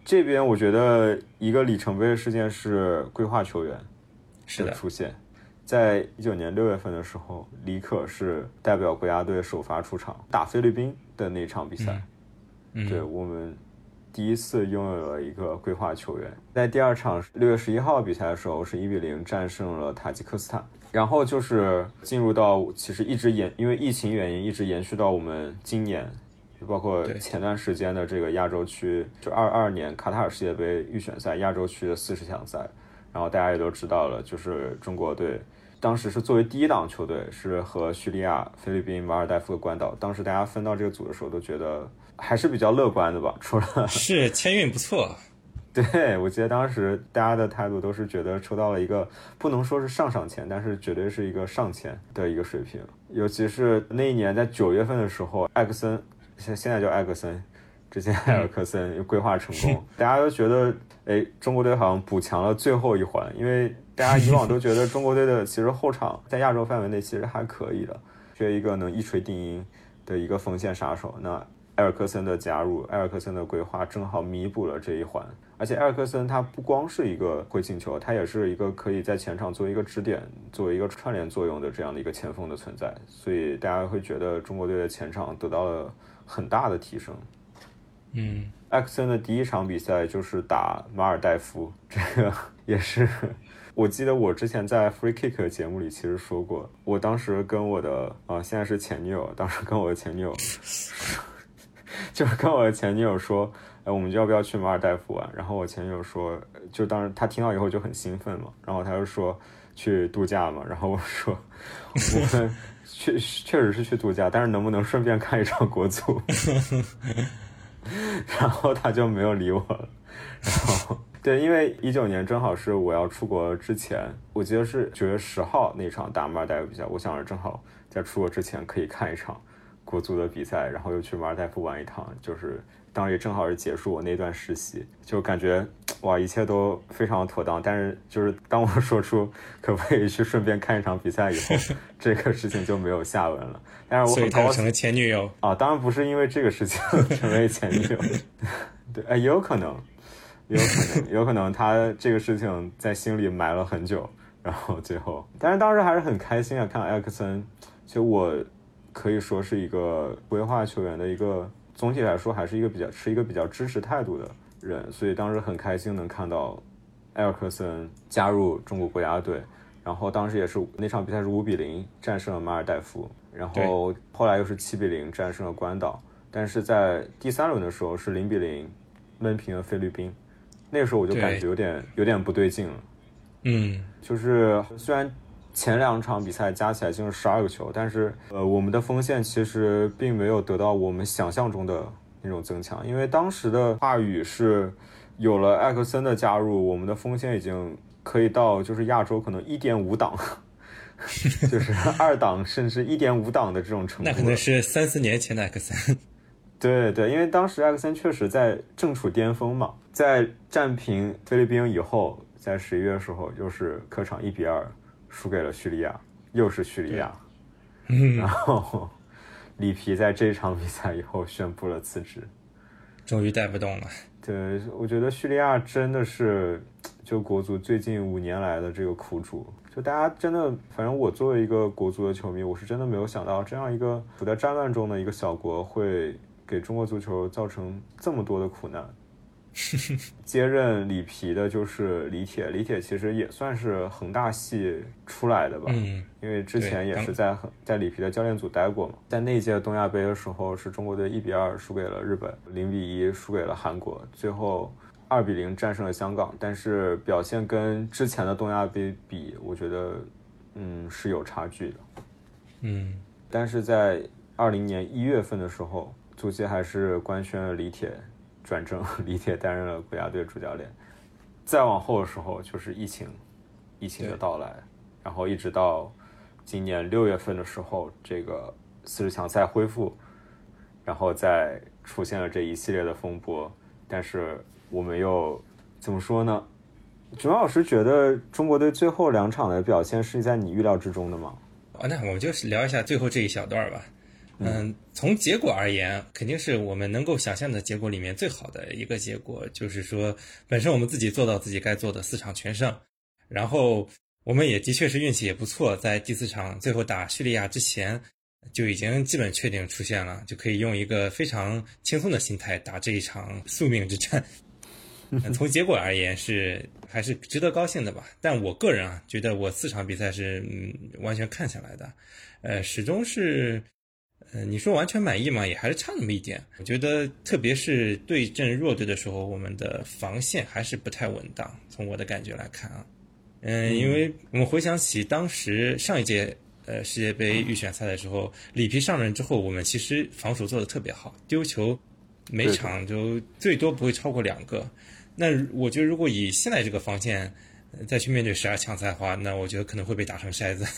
这边我觉得一个里程碑的事件是规划球员是的出现。在19年6月份的时候，李可是代表国家队首发出场打菲律宾的那场比赛，对，我们第一次拥有了一个规划球员。在第二场6月11号比赛的时候，是1-0战胜了塔吉克斯坦。然后就是进入到其实因为疫情原因一直延续到我们今年，就包括前段时间的这个亚洲区，就22年卡塔尔世界杯预选赛亚洲区的40强赛。然后大家也都知道了，就是中国队当时是作为第一档球队，是和叙利亚、菲律宾、马尔代夫和关岛。当时大家分到这个组的时候都觉得还是比较乐观的吧，除了是签运不错。 对，我记得当时大家的态度都是觉得抽到了一个不能说是上签，但是绝对是一个上签的一个水平。尤其是那一年在9月份的时候，艾克森现在叫艾克森，之前埃尔克森又规划成功，大家都觉得中国队好像补强了最后一环，因为大家以往都觉得中国队的其实后场在亚洲范围内其实还可以的，缺一个能一锤定音的一个锋线杀手。那埃尔克森的加入，埃尔克森的规划正好弥补了这一环。而且埃尔克森他不光是一个会进球，他也是一个可以在前场做一个支点，作为一个串联作用的这样的一个前锋的存在，所以大家会觉得中国队的前场得到了很大的提升。埃克森的第一场比赛就是打马尔代夫，这个也是我记得我之前在 Free Kick 节目里其实说过，我当时跟我的现在是前女友，当时跟我的前女友就是跟我的前女友说，我们要不要去马尔代夫玩？然后我前女友说，就当时她听到以后就很兴奋嘛，然后她就说去度假嘛，然后我说我们确实是去度假，但是能不能顺便看一场国足？然后他就没有理我了。然后对，因为19年正好是我要出国之前，我记得是9月10号那场打马尔代夫比赛，我想着正好在出国之前可以看一场国足的比赛，然后又去马尔代夫玩一趟，就是当时也正好是结束我那段实习，就感觉哇一切都非常妥当。但是就是当我说出可不可以去顺便看一场比赛以后，这个事情就没有下文了。但是我很高兴， 所以他成了前女友啊，当然不是因为这个事情成为前女友，对，也有可能，有可能他这个事情在心里埋了很久，然后最后，但是当时还是很开心啊，看埃克森，其实我可以说是一个规划球员的一个，总体来说还是一个比较支持态度的人，所以当时很开心能看到埃尔克森加入中国国家队。然后当时也是那场比赛是5-0战胜了马尔代夫，然后后来又是7-0战胜了关岛，但是在第3轮的时候是0-0闷平了菲律宾，那个时候我就感觉有点不对劲了。就是虽然前2场比赛加起来进了12个球，但是我们的锋线其实并没有得到我们想象中的那种增强，因为当时的话语是有了艾克森的加入，我们的锋线已经可以到就是亚洲可能 1.5 档就是2档甚至 1.5 档的这种程度。 那可能是3-4年前的艾克森。 对对，因为当时艾克森确实在正处巅峰嘛，在战平菲律宾以后，在11月的时候又是客场1-2输给了叙利亚，又是叙利亚，然后里皮在这场比赛以后宣布了辞职， 终于带不动了。 对，我觉得叙利亚真的是就国足最近5年来的这个苦主，就大家真的，反正我作为一个国足的球迷，我是真的没有想到这样一个处在战乱中的一个小国会给中国足球造成这么多的苦难。接任里皮的就是李铁，李铁其实也算是恒大系出来的吧，因为之前也是在里皮的教练组待过嘛。在那届东亚杯的时候，是中国队1-2输给了日本，0-1输给了韩国，最后2-0战胜了香港，但是表现跟之前的东亚杯比，我觉得是有差距的。但是在20年1月份的时候，足协还是官宣了李铁转正，李铁担任了国家队主教练。再往后的时候就是疫情的到来，然后一直到今年6月份的时候，这个40强赛恢复，然后再出现了这一系列的风波。但是我们又怎么说呢？主要老师觉得中国队最后2场的表现是在你预料之中的吗？ 那我们就聊一下最后这一小段吧。 从结果而言，肯定是我们能够想象的结果里面最好的一个结果，就是说本身我们自己做到自己该做的4场全胜，然后我们也的确是运气也不错，在第4场最后打叙利亚之前就已经基本确定出现了，就可以用一个非常轻松的心态打这一场宿命之战。从结果而言还是值得高兴的吧，但我个人觉得我4场比赛是完全看下来的，始终是你说完全满意嘛，也还是差那么一点。我觉得特别是对阵弱队的时候，我们的防线还是不太稳当，从我的感觉来看因为我们回想起当时上一届世界杯预选赛的时候，里皮上任之后，我们其实防守做得特别好，丢球每场就最多不会超过2个。那我觉得如果以现在这个防线再去面对12强赛的话，那我觉得可能会被打成筛子。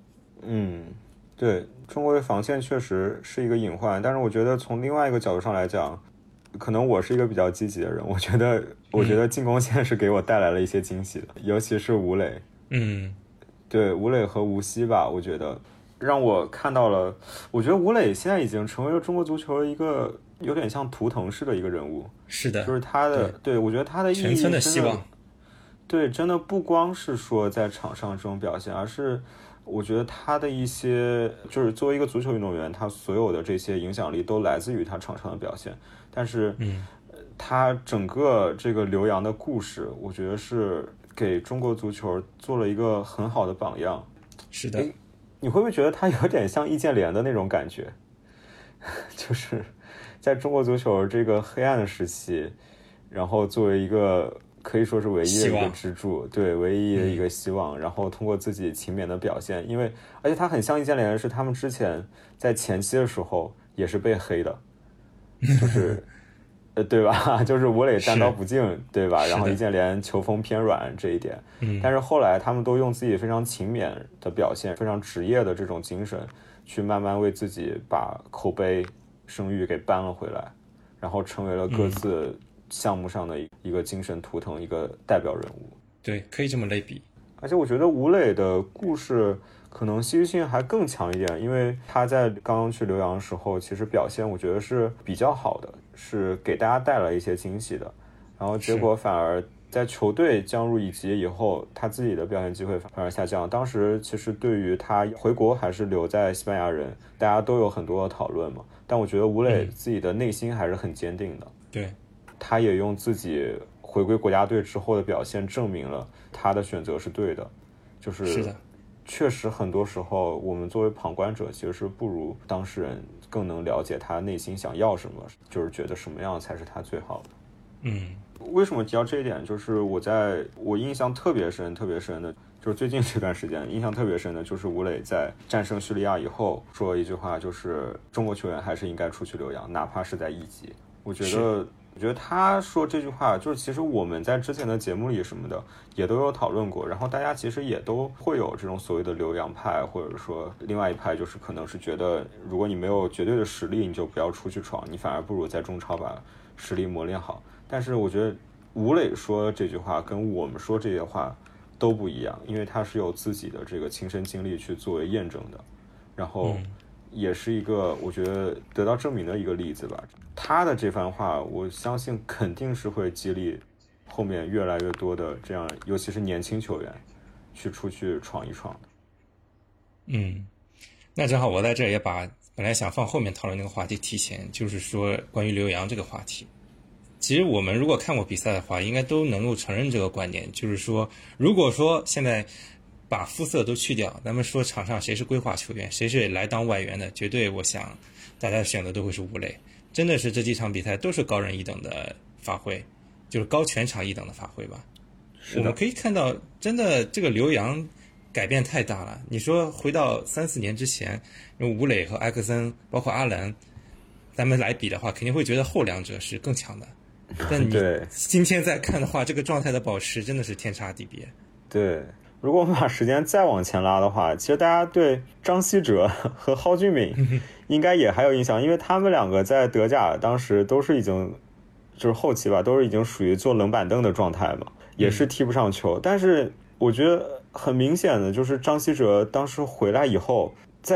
对，中国的防线确实是一个隐患，但是我觉得从另外一个角度上来讲，可能我是一个比较积极的人，我觉得进攻线是给我带来了一些惊喜的，尤其是吴磊。对，吴磊和吴曦吧，我觉得让我看到了，我觉得吴磊现在已经成为了中国足球一个有点像图腾式的一个人物。 是的， 就是他的，对，我觉得他的意义， 全村的希望。 对，真的不光是说在场上这种表现，而是我觉得他的一些，就是作为一个足球运动员，他所有的这些影响力都来自于他场上的表现。但是，他整个这个留洋的故事，我觉得是给中国足球做了一个很好的榜样。 是的， 你会不会觉得他有点像易建联的那种感觉？就是在中国足球这个黑暗的时期，然后作为一个可以说是唯一的一个支柱，对，唯一的一个希望，然后通过自己勤勉的表现，因为而且他很像易建联，是他们之前在前期的时候也是被黑的，就是对吧？就是吴磊单刀不进，对吧？然后易建联球风偏软这一点，但是后来他们都用自己非常勤勉的表现，非常职业的这种精神，去慢慢为自己把口碑声誉给扳了回来，然后成为了各自项目上的一个精神图腾，一个代表人物。 对，可以这么类比。 而且我觉得吴磊的故事可能戏剧性还更强一点，因为他在刚刚去留洋的时候，其实表现我觉得是比较好的，是给大家带来一些惊喜的。然后结果反而在球队降入乙级以后，他自己的表现机会反而下降。当时其实对于他回国还是留在西班牙人，大家都有很多的讨论嘛。但我觉得吴磊自己的内心还是很坚定的。 对， 他也用自己回归国家队之后的表现证明了他的选择是对的。是的，确实很多时候我们作为旁观者其实是不如当事人更能了解他内心想要什么，就是觉得什么样才是他最好的。为什么提到这一点，就是我印象特别深的，就是最近这段时间印象特别深的，就是吴磊在战胜叙利亚以后说一句话，就是中国球员还是应该出去留洋，哪怕是在一级。我觉得他说这句话，就是其实我们在之前的节目里什么的也都有讨论过，然后大家其实也都会有这种所谓的留洋派，或者说另外一派就是可能是觉得如果你没有绝对的实力，你就不要出去闯，你反而不如在中超把实力磨练好。但是我觉得吴磊说这句话跟我们说这些话都不一样，因为他是有自己的这个亲身经历去作为验证的，然后也是一个我觉得得到证明的一个例子吧。他的这番话我相信肯定是会激励后面越来越多的这样尤其是年轻球员去出去闯一闯的。 那正好我在这也把本来想放后面讨论那个话题提前，就是说关于留洋这个话题。其实我们如果看过比赛的话，应该都能够承认这个观点，就是说如果说现在把肤色都去掉，咱们说场上谁是规划球员，谁是来当外援的，绝对我想大家的选择都会是吴磊。真的是这几场比赛都是高人一等的发挥，就是高全场一等的发挥吧。我们可以看到真的这个留洋改变太大了。你说回到3-4年之前，用吴磊和埃克森包括阿兰咱们来比的话，肯定会觉得后两者是更强的。但你今天再看的话，这个状态的保持真的是天差地别。 对，如果我们把时间再往前拉的话，其实大家对张稀哲和蒿俊闵应该也还有印象，因为他们两个在德甲当时都是已经就是后期吧，都是已经属于坐冷板凳的状态嘛，也是踢不上球。但是我觉得很明显的就是张稀哲当时回来以后，在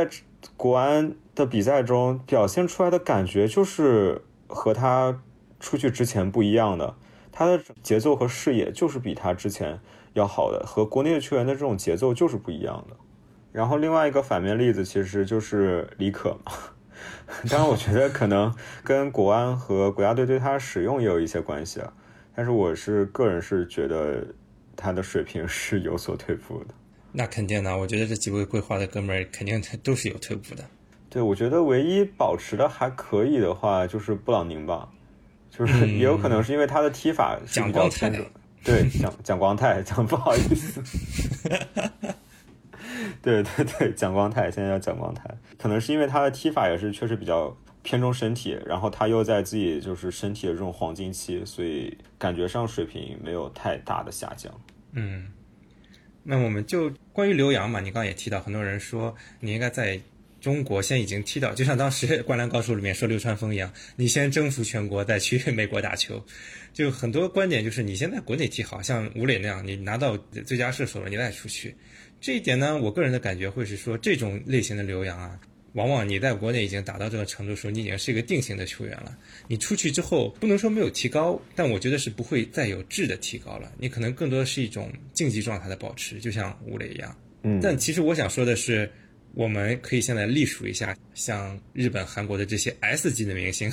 国安的比赛中表现出来的感觉就是和他出去之前不一样的，他的节奏和视野就是比他之前要好的，和国内的球员的这种节奏就是不一样的。然后另外一个反面例子其实就是李可嘛，当然我觉得可能跟国安和国家队对他使用也有一些关系啊，但是我是个人是觉得他的水平是有所退步的。 那肯定的，我觉得这几位规划的哥们儿肯定都是有退步的。 对，我觉得唯一保持的还可以的话就是布朗宁吧，就是也有可能是因为他的踢法是比较偏重，对，蒋光太，不好意思，对，蒋光太现在叫蒋光太，可能是因为他的踢法也是确实比较偏重身体，然后他又在自己就是身体的这种黄金期，所以感觉上水平没有太大的下降。 那我们就关于留洋嘛，你刚刚也提到，很多人说你应该在中国现在已经踢到，就像当时《灌篮高手》里面说流川枫一样，你先征服全国再去美国打球。就很多观点就是你先在国内踢好，像吴磊那样，你拿到最佳射手了你再出去。这一点呢，我个人的感觉会是说，这种类型的留洋啊，往往你在国内已经达到这个程度的时候，你已经是一个定型的球员了。你出去之后不能说没有提高，但我觉得是不会再有质的提高了，你可能更多的是一种竞技状态的保持，就像吴磊一样。但其实我想说的是，我们可以现在隶属一下像日本韩国的这些 S 级的明星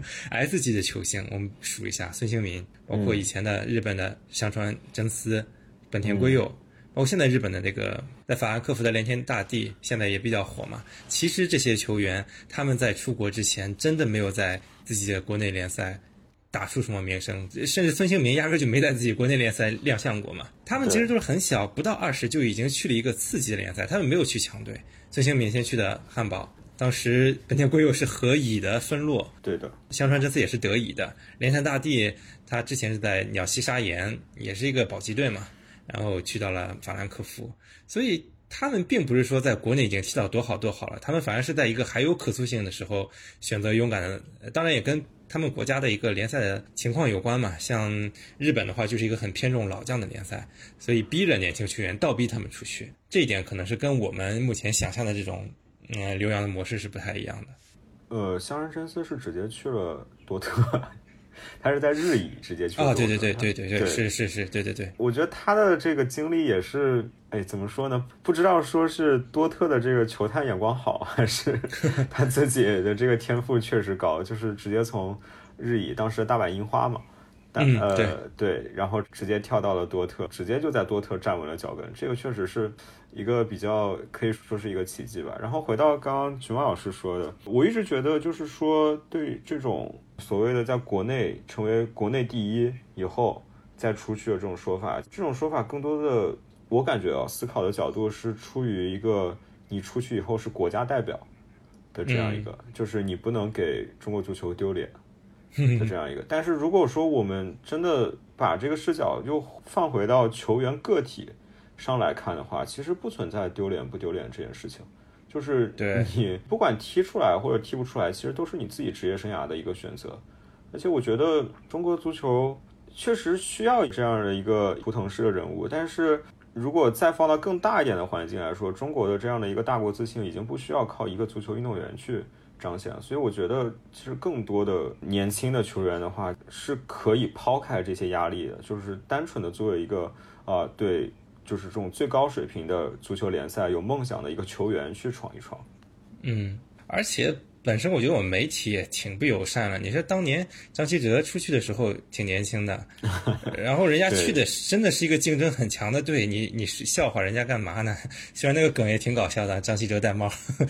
S 级的球星，我们数一下孙兴民，包括以前的日本的香川真司、本田圭佑，包括现在日本的那个在法兰克福的连田大地，现在也比较火嘛。其实这些球员他们在出国之前真的没有在自己的国内联赛打出什么名声，甚至孙兴民压根就没在自己国内联赛亮相过嘛。他们其实都是很小，不到20就已经去了一个次级的联赛，他们没有去强队。孙兴民先去的汉堡，当时本田圭佑是和乙的分落， 对的， 香川真司也是德乙的，连田大地他之前是在鸟栖砂岩，也是一个保级队嘛，然后去到了法兰克福，所以他们并不是说在国内已经踢到多好了，他们反而是在一个还有可塑性的时候选择勇敢的，当然也跟他们国家的一个联赛的情况有关嘛。像日本的话就是一个很偏重老将的联赛，所以逼着年轻球员倒逼他们出去，这一点可能是跟我们目前想象的这种留洋的模式是不太一样的。 香川真司是直接去了多特，他是在日乙直接去了多特。 对，是，对。 我觉得他的这个经历也是，怎么说呢？不知道说是多特的这个球探眼光好，还是他自己的这个天赋确实高，就是直接从日乙当时的大阪樱花嘛，对，然后直接跳到了多特，直接就在多特站稳了脚跟，这个确实是一个比较可以说是一个奇迹吧。然后回到刚刚菊猫老师说的，我一直觉得就是说，对这种所谓的在国内成为国内第一以后再出去的这种说法更多的我感觉思考的角度是出于一个你出去以后是国家代表的这样一个，就是你不能给中国足球丢脸的这样一个。但是如果说我们真的把这个视角又放回到球员个体上来看的话，其实不存在丢脸不丢脸这件事情，就是你不管踢出来或者踢不出来，其实都是你自己职业生涯的一个选择。而且我觉得中国足球确实需要这样的一个图腾式的人物，但是如果再放到更大一点的环境来说，中国的这样的一个大国自信已经不需要靠一个足球运动员去彰显，所以我觉得其实更多的年轻的球员的话是可以抛开这些压力的，就是单纯的作为一个对，就是这种最高水平的足球联赛有梦想的一个球员去闯一闯。 而且本身我觉得我们媒体也挺不友善了。你说当年张稀哲出去的时候挺年轻的，然后人家去的真的是一个竞争很强的队，你笑话人家干嘛呢？虽然那个梗也挺搞笑的，张稀哲戴帽，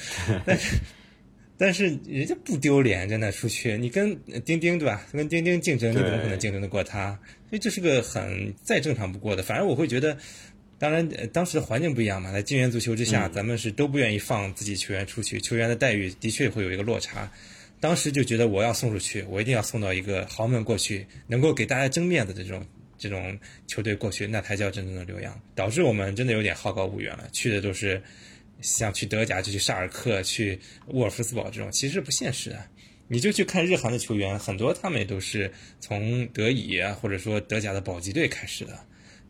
但是人家不丢脸，真的出去，你跟丁丁对吧？跟丁丁竞争，你怎么可能竞争得过他？所以这是个很再正常不过的。反正我会觉得，当然当时的环境不一样嘛，在金元足球之下，咱们是都不愿意放自己球员出去，球员的待遇的确会有一个落差。当时就觉得我要送出去，我一定要送到一个豪门过去，能够给大家争面子的这种球队过去，那才叫真正的留洋。导致我们真的有点好高骛远了，去的都是像去德甲就去沙尔克、去沃尔夫斯堡这种，其实不现实的。你就去看日韩的球员，很多他们也都是从德乙啊，或者说德甲的保级队开始的。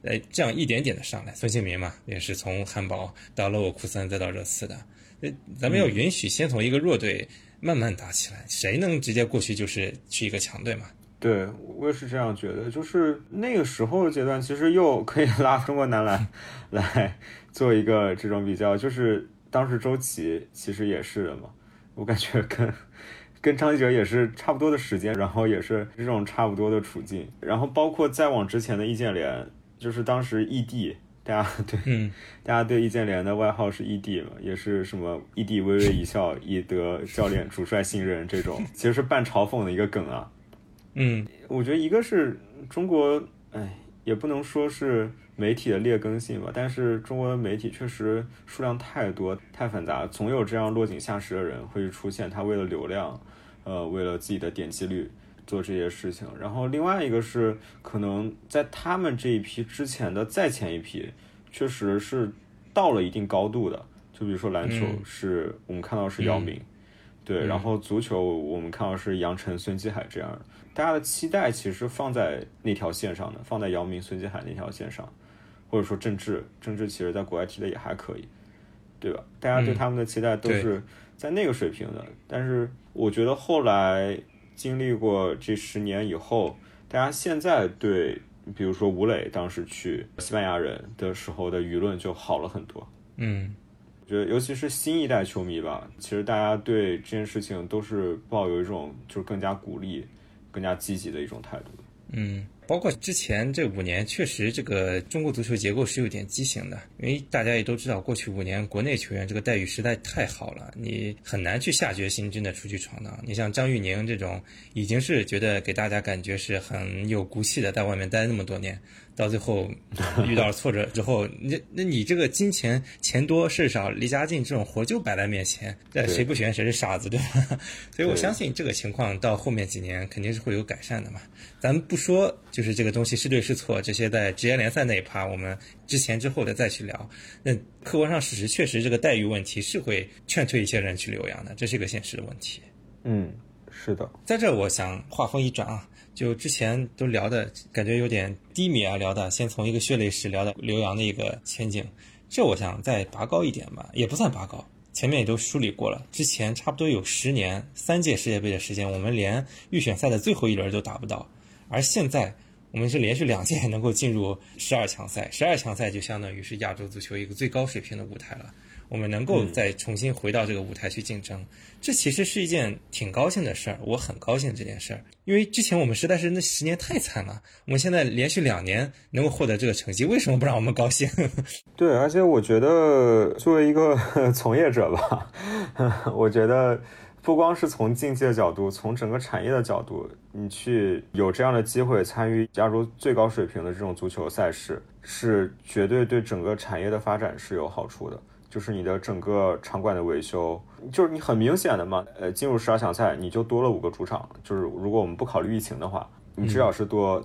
这样一点点的上来。孙兴民嘛，也是从汉堡到勒沃库森再到热刺的。咱们要允许先从一个弱队慢慢打起来，谁能直接过去就是去一个强队嘛？ 对，我也是这样觉得。就是那个时候的阶段，其实又可以拉中国男篮来做一个这种比较，就是当时周琦其实也是的嘛，我感觉跟张继哲也是差不多的时间，然后也是这种差不多的处境。然后包括再往之前的易建联，就是当时异地。大家对易建联的外号是异地嘛，也是什么异地微微一笑，以得教练主帅信任，这种其实是半嘲讽的一个梗啊。我觉得一个是中国，也不能说是媒体的劣根性吧，但是中国的媒体确实数量太多太繁杂，总有这样落井下石的人会出现，他为了流量，为了自己的点击率做这些事情。然后另外一个是可能在他们这一批之前的再前一批确实是到了一定高度的，就比如说篮球是我们看到是姚明，对，然后足球我们看到是杨晨、孙继海这样的，大家的期待其实放在那条线上的，放在姚明、孙继海那条线上，或者说郑智其实在国外踢的也还可以，对吧？大家对他们的期待都是在那个水平的。但是我觉得后来经历过这10年以后，大家现在对比如说吴磊当时去西班牙人的时候的舆论就好了很多。我觉得尤其是新一代球迷吧，其实大家对这件事情都是抱有一种就是更加鼓励更加积极的一种态度。 包括之前这5年，确实这个中国足球结构是有点畸形的，因为大家也都知道，过去5年国内球员这个待遇实在太好了，你很难去下决心真的出去闯荡。你像张玉宁这种，已经是觉得给大家感觉是很有骨气的，在外面待那么多年，到最后遇到了挫折之后，那你这个金钱钱多事少离家近这种活就摆在面前，谁不选谁是傻子，对吧？所以我相信这个情况到后面几年肯定是会有改善的嘛。咱们不说就是这个东西是对是错，这些在职业联赛那一趴我们之前之后的再去聊。那客观上事实确实这个待遇问题是会劝退一些人去留洋的，这是一个现实的问题。 是的。 在这我想话锋一转啊，就之前都聊的感觉有点低迷啊，聊的先从一个血泪史聊到留洋的一个前景，这我想再拔高一点吧，也不算拔高，前面也都梳理过了。之前差不多有10年3届世界杯的时间，我们连预选赛的最后一轮都打不到，而现在我们是连续2届能够进入12强赛，12强赛就相当于是亚洲足球一个最高水平的舞台了，我们能够再重新回到这个舞台去竞争，这其实是一件挺高兴的事儿，我很高兴这件事儿，因为之前我们实在是那10年太惨了，我们现在连续2年能够获得这个成绩，为什么不让我们高兴？ 对，而且我觉得作为一个从业者吧，我觉得不光是从竞技的角度，从整个产业的角度，你去有这样的机会参与亚洲最高水平的这种足球赛事，是绝对对整个产业的发展是有好处的。就是你的整个场馆的维修，就是你很明显的嘛，进入12强赛你就多了5个主场，就是如果我们不考虑疫情的话，你至少是多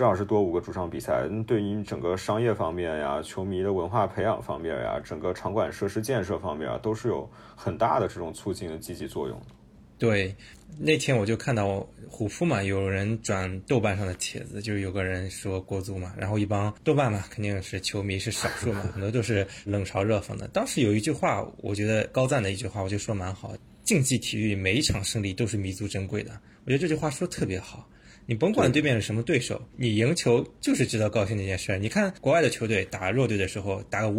5个主场比赛，对于你整个商业方面呀、球迷的文化培养方面呀、整个场馆设施建设方面啊，都是有很大的这种促进的积极作用的。 对，那天我就看到虎扑嘛，有人转豆瓣上的帖子，就是有个人说国足嘛，然后一帮豆瓣嘛，肯定是球迷是少数嘛，很多都是冷嘲热讽的。当时有一句话，我觉得高赞的一句话，我就说蛮好，竞技体育每一场胜利都是弥足珍贵的，我觉得这句话说特别好。你甭管对面是什么对手，你赢球就是值得高兴的一件事。你看国外的球队打弱队的时候，打个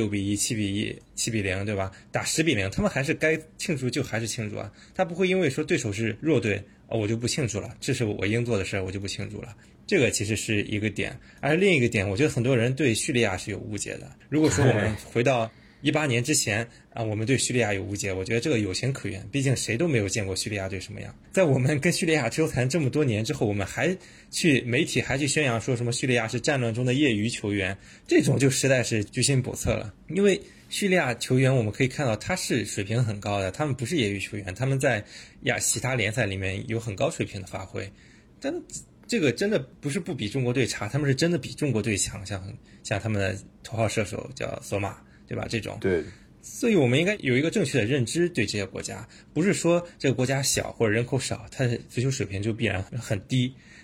5-1、6-1、7-1、7-0，对吧？打10-0，他们还是该庆祝就还是庆祝啊，他不会因为说对手是弱队，我就不庆祝了，这是我应做的事，我就不庆祝了。这个其实是一个点，而另一个点，我觉得很多人对叙利亚是有误解的。如果说我们回到18年之前啊，我们对叙利亚有误解，我觉得这个有情可原，毕竟谁都没有见过叙利亚队什么样。在我们跟叙利亚纠缠这么多年之后，我们还去媒体还去宣扬说什么叙利亚是战乱中的业余球员，这种就实在是居心叵测了。因为叙利亚球员我们可以看到他是水平很高的，他们不是业余球员，他们在其他联赛里面有很高水平的发挥，但这个真的不是不比中国队差，他们是真的比中国队强，像他们的头号射手叫索马，对吧？这种对， 所以我们应该有一个正确的认知，对这些国家，不是说这个国家小或者人口少，它的足球水平就必然很低。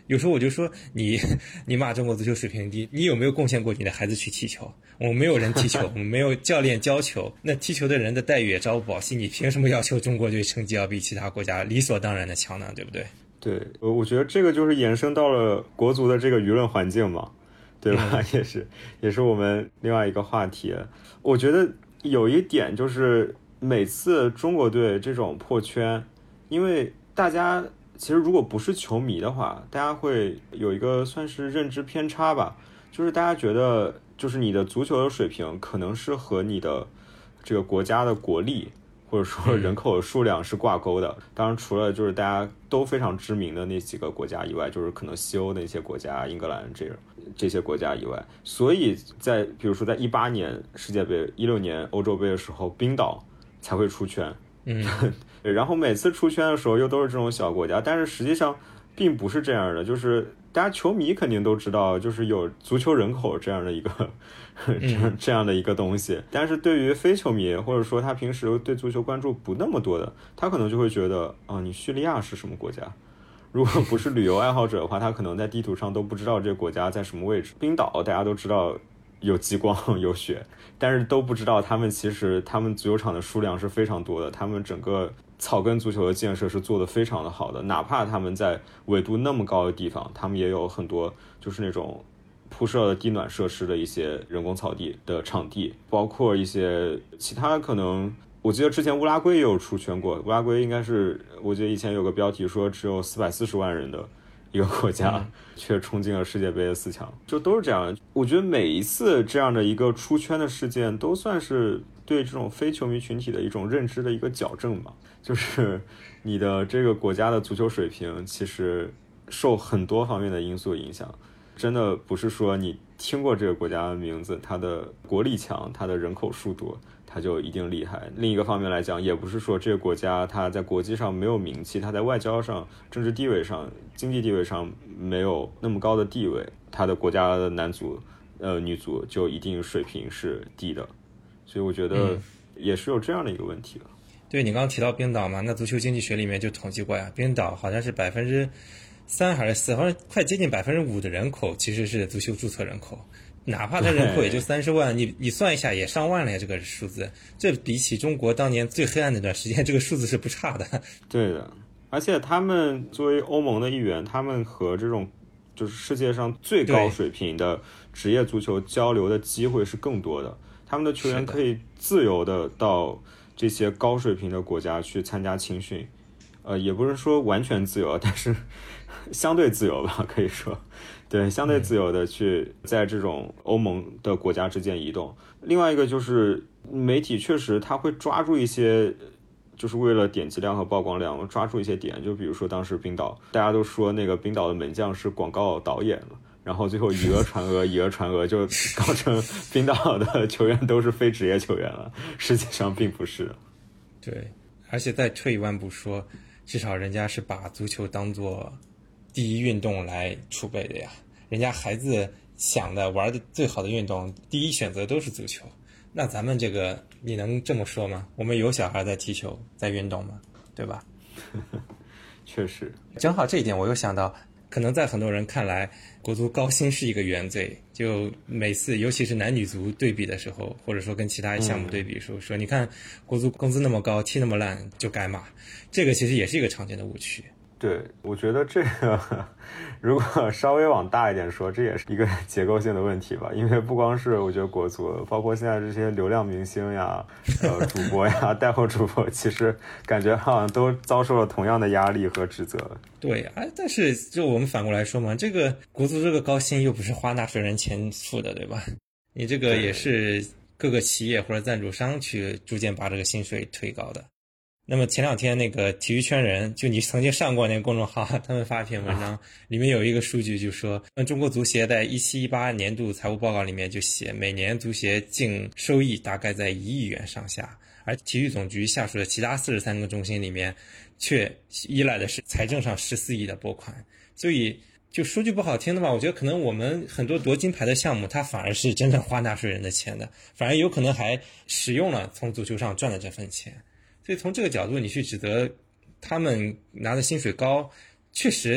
有时候我就说你骂中国足球水平低，你有没有贡献过你的孩子去踢球？我们没有人踢球，我们没有教练教球，那踢球的人的待遇也朝不保夕，你凭什么要求中国队成绩要比其他国家理所当然的强呢？对不对？ 对，我觉得这个就是延伸到了国足的这个舆论环境嘛，对吧？也是我们另外一个话题。我觉得有一点就是每次中国队这种破圈，因为大家其实如果不是球迷的话，大家会有一个算是认知偏差吧，就是大家觉得就是你的足球的水平可能是和你的这个国家的国力或者说人口的数量是挂钩的。当然除了就是大家都非常知名的那几个国家以外，就是可能西欧的一些国家，英格兰这些国家以外，所以比如说在18年世界杯、16年欧洲杯的时候，冰岛才会出圈。然后每次出圈的时候又都是这种小国家，但是实际上并不是这样的，就是大家球迷肯定都知道，就是有足球人口这样的一个这样的一个东西，但是对于非球迷或者说他平时对足球关注不那么多的，他可能就会觉得你叙利亚是什么国家？如果不是旅游爱好者的话，他可能在地图上都不知道这个国家在什么位置。冰岛大家都知道有极光有雪，但是都不知道他们其实他们足球场的数量是非常多的，他们整个草根足球的建设是做得非常的好的，哪怕他们在纬度那么高的地方，他们也有很多就是那种铺设的地暖设施的一些人工草地的场地，包括一些其他可能我记得之前乌拉圭也有出圈过，乌拉圭应该是我记得以前有个标题说只有440万人的一个国家，却冲进了世界杯的4强，就都是这样。我觉得每一次这样的一个出圈的事件都算是对这种非球迷群体的一种认知的一个矫正嘛，就是你的这个国家的足球水平其实受很多方面的因素影响，真的不是说你听过这个国家的名字，它的国力强，它的人口数多，它就一定厉害。另一个方面来讲，也不是说这个国家它在国际上没有名气，它在外交上、政治地位上、经济地位上没有那么高的地位，它的国家的男足、女足就一定水平是低的。所以我觉得也是有这样的一个问题的。 对，你刚刚提到冰岛嘛，那足球经济学里面就统计过呀，冰岛好像是3%还是4%，好像快接近5%的人口其实是足球注册人口，哪怕他人口也就30万，你算一下也上万了呀，这个数字，这比起中国当年最黑暗那段时间，这个数字是不差的。 对的，而且他们作为欧盟的一员，他们和这种就是世界上最高水平的职业足球交流的机会是更多的，他们的球员可以自由的到这些高水平的国家去参加青训，也不是说完全自由，但是相对自由吧，可以说，对，相对自由的去在这种欧盟的国家之间移动。另外一个就是媒体确实他会抓住一些，就是为了点击量和曝光量，抓住一些点，就比如说当时冰岛，大家都说那个冰岛的门将是广告导演了。然后最后以讹传讹，以讹传讹，就搞成冰岛的球员都是非职业球员了。实际上并不是。 对，而且再退一万步说，至少人家是把足球当作第一运动来储备的呀。人家孩子想的玩的最好的运动，第一选择都是足球。那咱们这个，你能这么说吗？我们有小孩在踢球，在运动吗？对吧？ 确实， 正好这一点我又想到。可能在很多人看来，国足高薪是一个原罪。就每次，尤其是男女足对比的时候，或者说跟其他项目对比的时候，说你看国足工资那么高，踢那么烂，就该骂。这个其实也是一个常见的误区。 对，我觉得这个如果稍微往大一点说，这也是一个结构性的问题吧。因为不光是我觉得国足，包括现在这些流量明星呀、主播呀、带货主播，其实感觉好像都遭受了同样的压力和指责。 对啊，但是就我们反过来说嘛，这个国足这个高薪又不是花纳税人钱付的，对吧？你这个也是各个企业或者赞助商去逐渐把这个薪水推高的。那么前两天那个体育圈人，就你曾经上过那个公众号，他们发一篇文章，里面有一个数据就说，中国足协在17-18年度财务报告里面就写，每年足协净收益大概在1亿元上下，而体育总局下属的其他43个中心里面，却依赖的是财政上14亿的拨款。所以就说句不好听的吧，我觉得可能我们很多夺金牌的项目，它反而是真正花纳税人的钱的，反而有可能还使用了从足球上赚的这份钱。所以从这个角度你去指责他们拿的薪水高，确实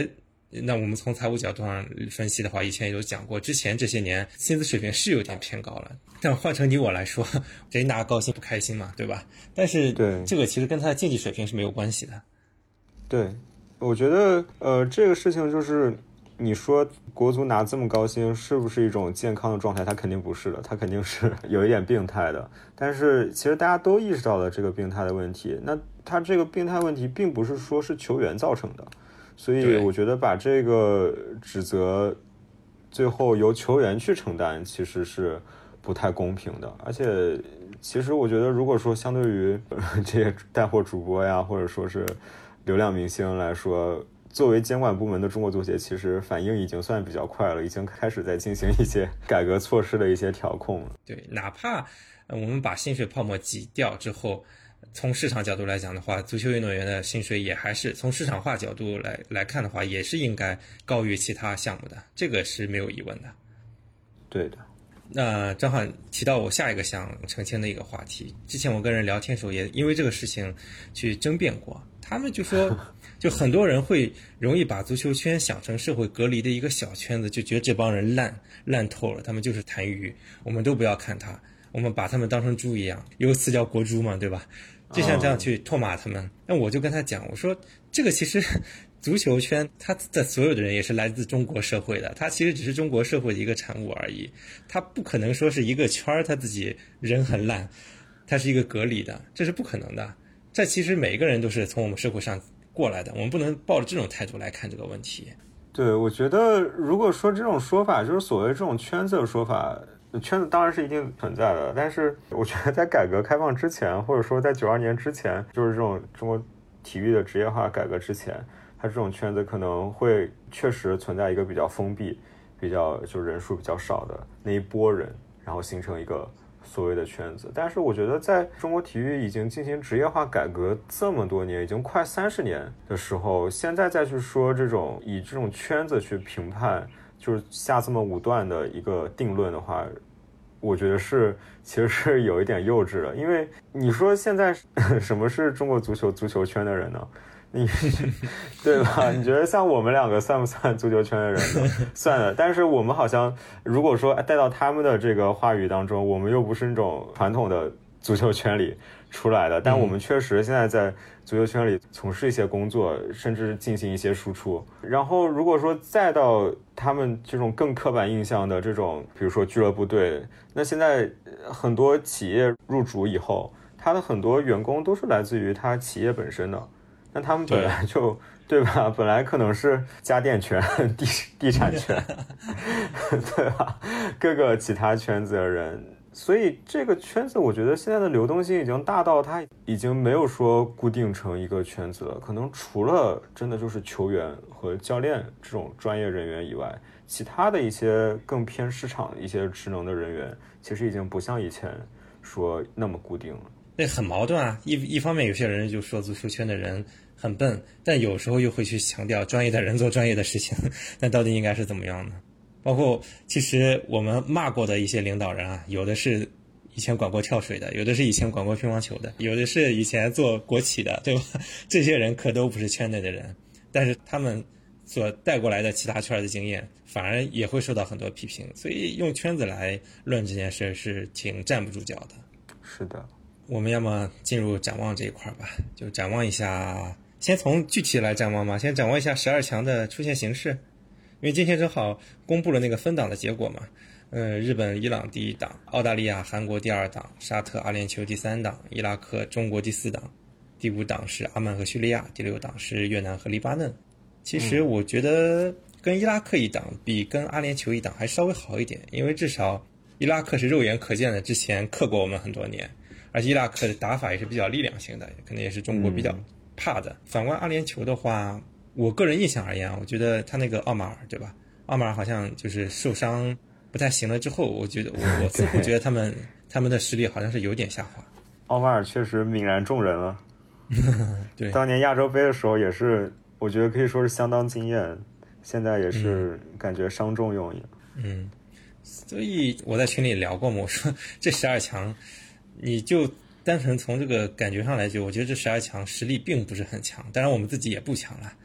那我们从财务角度上分析的话，以前也有讲过，之前这些年薪资水平是有点偏高了，但换成你我来说，谁拿高薪不开心嘛，对吧？但是这个其实跟他的竞技水平是没有关系的。 对，我觉得这个事情就是你说国足拿这么高薪是不是一种健康的状态？他肯定不是的，他肯定是有一点病态的。但是其实大家都意识到了这个病态的问题，那他这个病态问题并不是说是球员造成的。所以我觉得把这个指责最后由球员去承担其实是不太公平的。而且其实我觉得如果说相对于这些带货主播呀，或者说是流量明星来说，作为监管部门的中国足协其实反应已经算比较快了，已经开始在进行一些改革措施的一些调控了。 对，哪怕我们把薪水泡沫挤掉之后，从市场角度来讲的话，足球运动员的薪水也还是从市场化角度来看的话，也是应该高于其他项目的，这个是没有疑问的。 对的。 那正好提到我下一个想澄清的一个话题，之前我跟人聊天的时候也因为这个事情去争辩过，他们就说就很多人会容易把足球圈想成社会隔离的一个小圈子，就觉得这帮人烂透了，他们就是痰盂，我们都不要看他，我们把他们当成猪一样，有个词叫国猪嘛，对吧？就像这样去唾骂他们。那我就跟他讲，我说这个其实足球圈它的所有的人也是来自中国社会的，它其实只是中国社会的一个产物而已，它不可能说是一个圈他自己人很烂，它是一个隔离的，这是不可能的。这其实每个人都是从我们社会上过来的，我们不能抱着这种态度来看这个问题。 对，我觉得如果说这种说法，就是所谓这种圈子的说法，圈子当然是一定存在的，但是我觉得在改革开放之前，或者说在92年之前，就是这种中国体育的职业化改革之前，它这种圈子可能会确实存在一个比较封闭、比较就人数比较少的那一波人，然后形成一个所谓的圈子。但是我觉得在中国体育已经进行职业化改革这么多年，已经快30年的时候，现在再去说这种以这种圈子去评判，就是下这么武断的一个定论的话，我觉得其实是有一点幼稚的。因为你说现在什么是中国足球圈的人呢？你对吧？你觉得像我们两个算不算足球圈的人呢？算的。但是我们好像如果说带到他们的这个话语当中，我们又不是那种传统的足球圈里出来的，但我们确实现在在足球圈里从事一些工作，甚至进行一些输出。然后如果说再到他们这种更刻板印象的这种，比如说俱乐部队，那现在很多企业入主以后，他的很多员工都是来自于他企业本身的，那他们本来就 对吧？本来可能是家电圈、地产圈对吧？各个其他圈子的人，所以这个圈子我觉得现在的流动性已经大到它已经没有说固定成一个圈子了，可能除了真的就是球员和教练这种专业人员以外，其他的一些更偏市场一些职能的人员，其实已经不像以前说那么固定了。 对，很矛盾啊！一方面有些人就说足球圈的人很笨，但有时候又会去强调专业的人做专业的事情，那到底应该是怎么样呢？包括其实我们骂过的一些领导人啊，有的是以前管过跳水的，有的是以前管过乒乓球的，有的是以前做国企的，对吧？这些人可都不是圈内的人，但是他们所带过来的其他圈的经验反而也会受到很多批评，所以用圈子来论这件事是挺站不住脚的。 是的， 我们要么进入展望这一块吧，就展望一下，先从具体来展望嘛，先展望一下12强的出现形势，因为今天正好公布了那个分档的结果嘛。日本、伊朗第一档，澳大利亚、韩国第二档，沙特、阿联酋第三档，伊拉克、中国第四档，第5档是阿曼和叙利亚，第6档是越南和黎巴嫩。其实我觉得跟伊拉克一档比跟阿联酋一档还稍微好一点，因为至少伊拉克是肉眼可见的之前克过我们很多年，而且伊拉克的打法也是比较力量性的，可能也是中国比较怕的。反观阿联酋的话，我个人印象而言，我觉得他那个奥马尔，对吧？奥马尔好像就是受伤不太行了之后，我觉得我似乎觉得他们的实力好像是有点下滑。 奥马尔确实泯然众人了。 对， 当年亚洲杯的时候也是，我觉得可以说是相当惊艳，现在也是感觉伤重用药。 所以我在群里聊过嘛，我说这12强，你就单纯从这个感觉上来讲，我觉得这12强实力并不是很强，当然我们自己也不强了。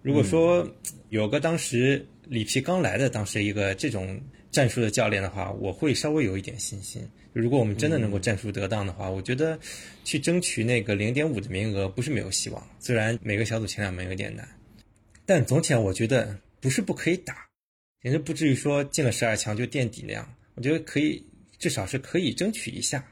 如果说有个当时里皮刚来的当时一个这种战术的教练的话，我会稍微有一点信心。如果我们真的能够战术得当的话，我觉得去争取那个 0.5 的名额不是没有希望。虽然每个小组前2名有点难，但总体上我觉得不是不可以打，简直不至于说进了12强就垫底那样。我觉得可以，至少是可以争取一下。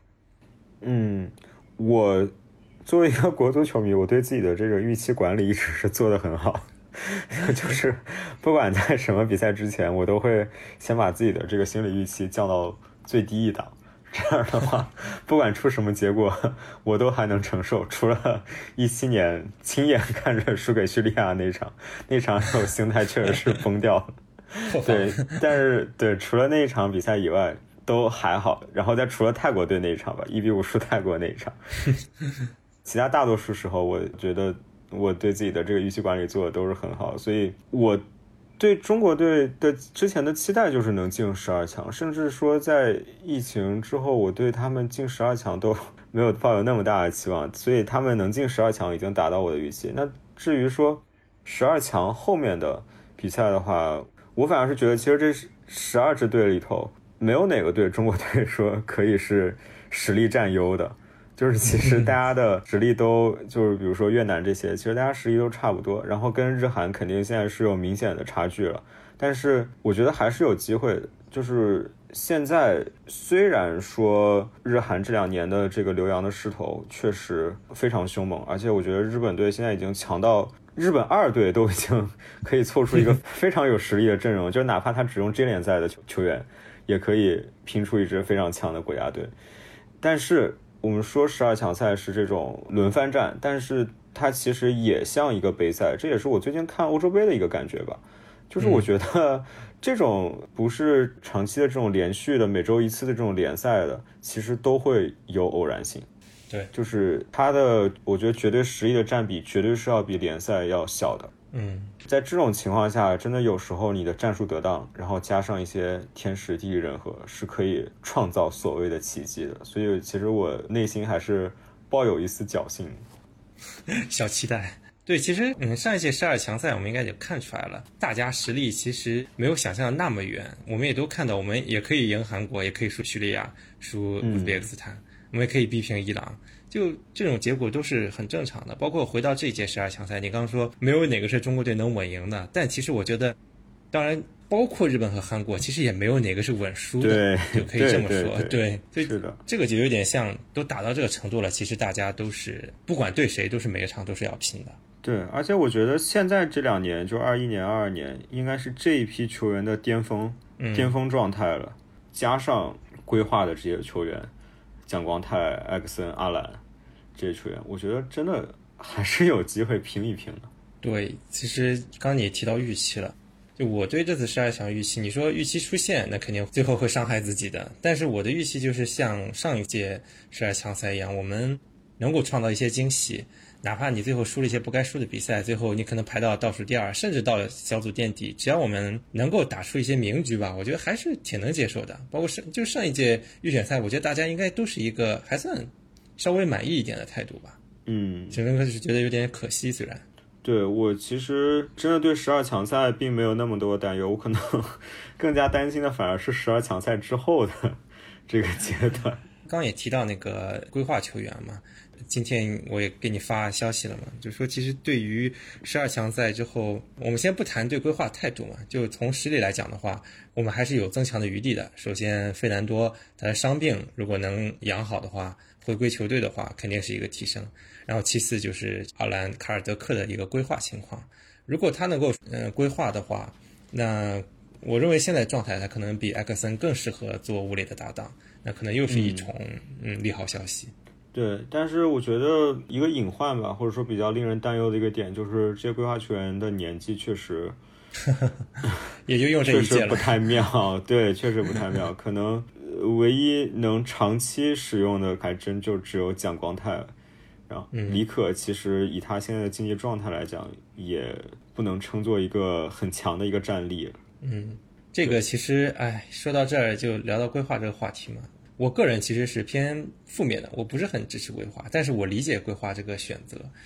我作为一个国足球迷，我对自己的这个预期管理一直是做得很好。就是不管在什么比赛之前，我都会先把自己的这个心理预期降到最低一档，这样的话不管出什么结果我都还能承受。除了17年亲眼看着输给叙利亚那场我心态确实是崩掉了。对，但是对，除了那一场比赛以外都还好。然后再除了泰国队那一场吧，1-5输泰国那一场其他大多数时候我觉得我对自己的这个预期管理做的都是很好，所以我对中国队的之前的期待就是能进12强，甚至说在疫情之后我对他们进12强都没有抱有那么大的期望，所以他们能进12强已经达到我的预期。那至于说12强后面的比赛的话，我反而是觉得其实这12支队里头没有哪个队中国队说可以是实力占优的，就是其实大家的实力都就是比如说越南这些，其实大家实力都差不多，然后跟日韩肯定现在是有明显的差距了，但是我觉得还是有机会的。就是现在虽然说日韩这2年的这个留洋的势头确实非常凶猛，而且我觉得日本队现在已经强到日本2队都已经可以凑出一个非常有实力的阵容，就哪怕他只用 J 联赛的球员也可以拼出一支非常强的国家队。但是我们说12强赛是这种轮番战，但是它其实也像一个杯赛，这也是我最近看欧洲杯的一个感觉吧。就是我觉得这种不是长期的这种连续的每周一次的这种联赛的，其实都会有偶然性。 对， 就是它的我觉得绝对实力的占比绝对是要比联赛要小的。在这种情况下，真的有时候你的战术得当，然后加上一些天时地利人和，是可以创造所谓的奇迹的。所以其实我内心还是抱有一丝侥幸， 小期待。对，其实上一届12强赛我们应该也看出来了，大家实力其实没有想象的那么远。我们也都看到，我们也可以赢韩国，也可以输叙利亚，输乌兹别克斯坦，我们也可以逼平伊朗，就这种结果都是很正常的。包括回到这一届12强赛，你刚刚说没有哪个是中国队能稳赢的，但其实我觉得，当然包括日本和韩国，其实也没有哪个是稳输的，就可以这么说。对，所以这个就有点像都打到这个程度了，其实大家都是不管对谁都是每个场都是要拼的。 对，而且我觉得现在这2年，就21年、22年，应该是这一批球员的巅峰状态了。加上规划的这些球员，蒋光太、埃克森、阿兰这些球员，我觉得真的还是有机会拼一拼的。 对，其实刚刚你也提到预期了，就我对这次12强预期，你说预期出现，那肯定最后会伤害自己的。但是我的预期就是像上一届12强赛一样，我们能够创造一些惊喜。哪怕你最后输了一些不该输的比赛，最后你可能排到倒数第2，甚至到了小组垫底，只要我们能够打出一些名局吧，我觉得还是挺能接受的。包括就上一届预选赛，我觉得大家应该都是一个还算稍微满意一点的态度吧。只能说是觉得有点可惜，虽然。 对，我其实真的对12强赛并没有那么多担忧，我可能更加担心的反而是12强赛之后的这个阶段。 刚刚也提到那个规划球员嘛，今天我也给你发消息了嘛，就说其实对于12强赛之后，我们先不谈对规划态度嘛，就从实力来讲的话，我们还是有增强的余地的。首先费南多他的伤病如果能养好的话，回归球队的话肯定是一个提升。然后其次就是奥兰卡尔德克的一个规划情况，如果他能够规划的话，那我认为现在状态他可能比埃克森更适合做吴磊的搭档，那可能又是一种利好消息。 对，但是我觉得一个隐患吧，或者说比较令人担忧的一个点，就是这些规划球员的年纪确实也就用这一届了， 确实不太妙。对，确实不太妙。可能唯一能长期使用的还真就只有蒋光太了。然后李可其实以他现在的竞技状态来讲，也不能称作一个很强的一个战力了。 这个其实说到这儿就聊到规划这个话题嘛。我个人其实是偏负面的，我不是很支持规划，但是我理解规划这个选择。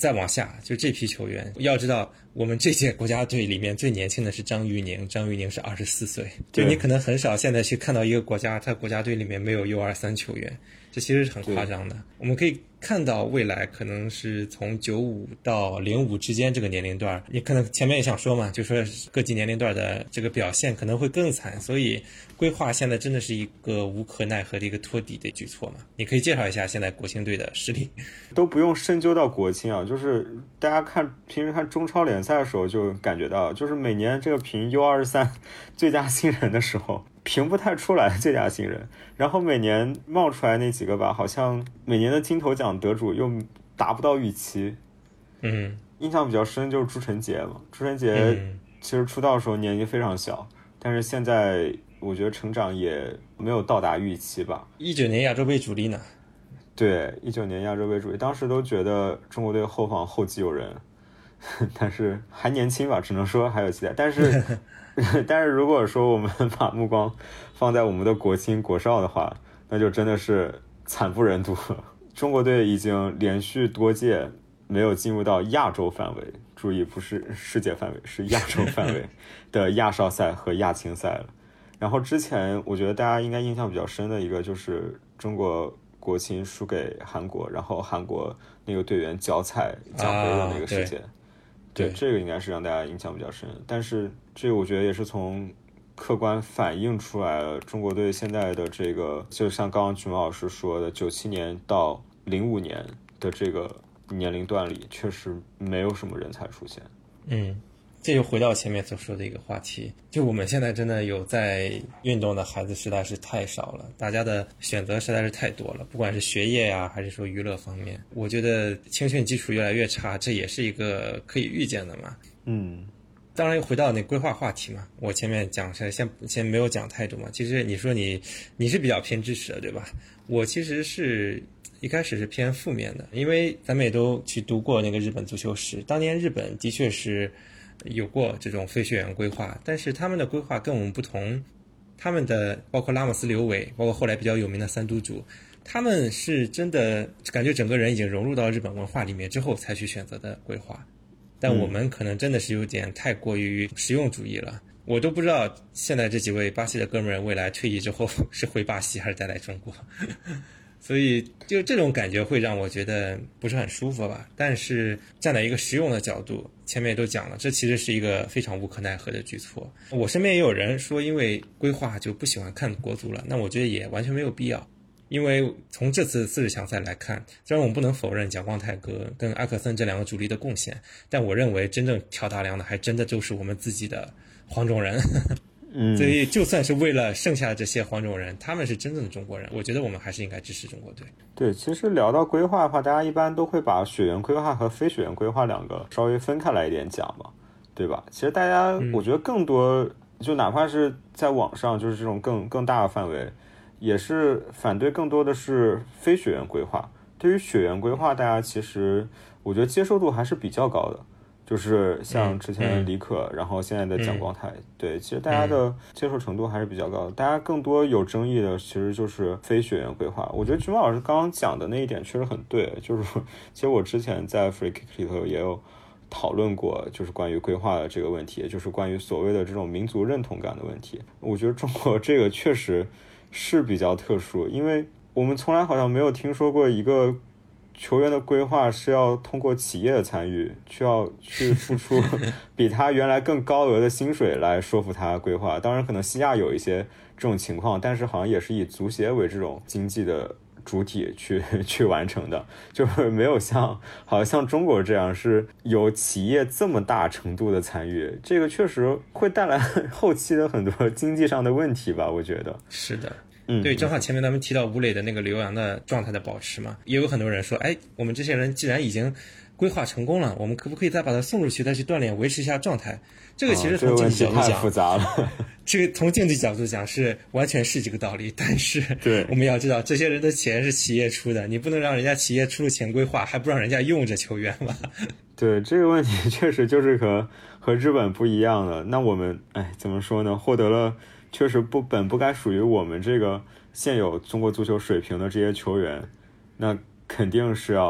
再往下就这批球员，要知道我们这届国家队里面最年轻的是张玉宁是24岁，就你可能很少现在去看到一个国家他国家队里面没有 U23 球员，这其实是很夸张的。我们可以看到未来可能是从95到05之间这个年龄段，你可能前面也想说嘛，就说各级年龄段的这个表现可能会更惨，所以规划现在真的是一个无可奈何的一个托底的举措嘛。你可以介绍一下现在国青队的实力。 都不用深究到国青啊，就是大家平时看中超联赛的时候就感觉到，就是每年这个评 U23 最佳新人的时候评不太出来最佳新人，然后每年冒出来那几个吧，好像每年的金头奖得主又达不到预期。印象比较深就是朱晨杰嘛，朱晨杰其实出道的时候年纪非常小，但是现在我觉得成长也没有到达预期吧。 19年亚洲杯主力呢？ 对，19年亚洲杯主力，当时都觉得中国队后防后继有人，但是还年轻吧，只能说还有期待。但是如果说我们把目光放在我们的国青国少的话，那就真的是惨不忍睹了。中国队已经连续多届没有进入到亚洲范围，注意不是世界范围，是亚洲范围的亚少赛和亚青赛了。然后之前我觉得大家应该印象比较深的一个就是中国国青输给韩国，然后韩国那个队员脚踩奖杯的那个事件。对，这个应该是让大家印象比较深。但是这个我觉得也是从客观反映出来了中国队现在的这个，就像刚刚菊毛老师说的97年到05年的这个年龄段里确实没有什么人才出现。 这就回到前面所说的一个话题，就我们现在真的有在运动的孩子实在是太少了，大家的选择实在是太多了，不管是学业呀还是说娱乐方面，我觉得青训基础越来越差，这也是一个可以预见的嘛。当然又回到那规划话题嘛，我前面讲先没有讲太多嘛。其实你说你是比较偏支持的对吧？我其实是一开始是偏负面的，因为咱们也都去读过那个日本足球史，当年日本的确是有过这种非血缘规划，但是他们的规划跟我们不同，他们的包括拉莫斯刘伟，包括后来比较有名的三都主，他们是真的感觉整个人已经融入到日本文化里面之后才去选择的规划，但我们可能真的是有点太过于实用主义了。我都不知道现在这几位巴西的哥们儿未来退役之后是回巴西还是待在中国所以就这种感觉会让我觉得不是很舒服吧。但是站在一个实用的角度，前面也都讲了，这其实是一个非常无可奈何的举措。我身边也有人说因为规划就不喜欢看国足了，那我觉得也完全没有必要。因为从这次40强赛来看，虽然我们不能否认蒋光太哥跟阿克森这两个主力的贡献，但我认为真正挑大梁的还真的就是我们自己的黄种人所以就算是为了剩下的这些黄种人，他们是真正的中国人，我觉得我们还是应该支持中国队。 对，其实聊到规划的话，大家一般都会把血缘规划和非血缘规划两个稍微分开来一点讲嘛，对吧？其实大家我觉得更多就哪怕是在网上，就是这种更大的范围，也是反对更多的是非血缘规划。对于血缘规划，大家其实我觉得接受度还是比较高的，就是像之前的李可，然后现在的蒋光太，对，其实大家的接受程度还是比较高的。大家更多有争议的其实就是非血缘规划。我觉得菊毛老师刚刚讲的那一点确实很对，就是其实我之前在 Free Kick 里头也有讨论过，就是关于规划的这个问题，就是关于所谓的这种民族认同感的问题。我觉得中国这个确实是比较特殊，因为我们从来好像没有听说过一个球员的规划是要通过企业的参与，需要去付出比他原来更高额的薪水来说服他规划。当然可能西亚有一些这种情况，但是好像也是以足协为这种经济的主体去完成的，就是没有好像中国这样是有企业这么大程度的参与，这个确实会带来后期的很多经济上的问题吧，我觉得。 是的。对，正好前面咱们提到吴磊的那个留洋的状态的保持嘛，也有很多人说，哎，我们这些人既然已经规划成功了，我们可不可以再把他送出去，再去锻炼，维持一下状态？这个其实从竞技角度讲， 太复杂了。 这个从竞技角度讲是完全是这个道理，但是对我们要知道，这些人的钱是企业出的，你不能让人家企业出了钱规划，还不让人家用着球员吧？ 对，这个问题确实就是和日本不一样的。那我们怎么说呢？获得了确实本不该属于我们这个现有中国足球水平的这些球员，那肯定是要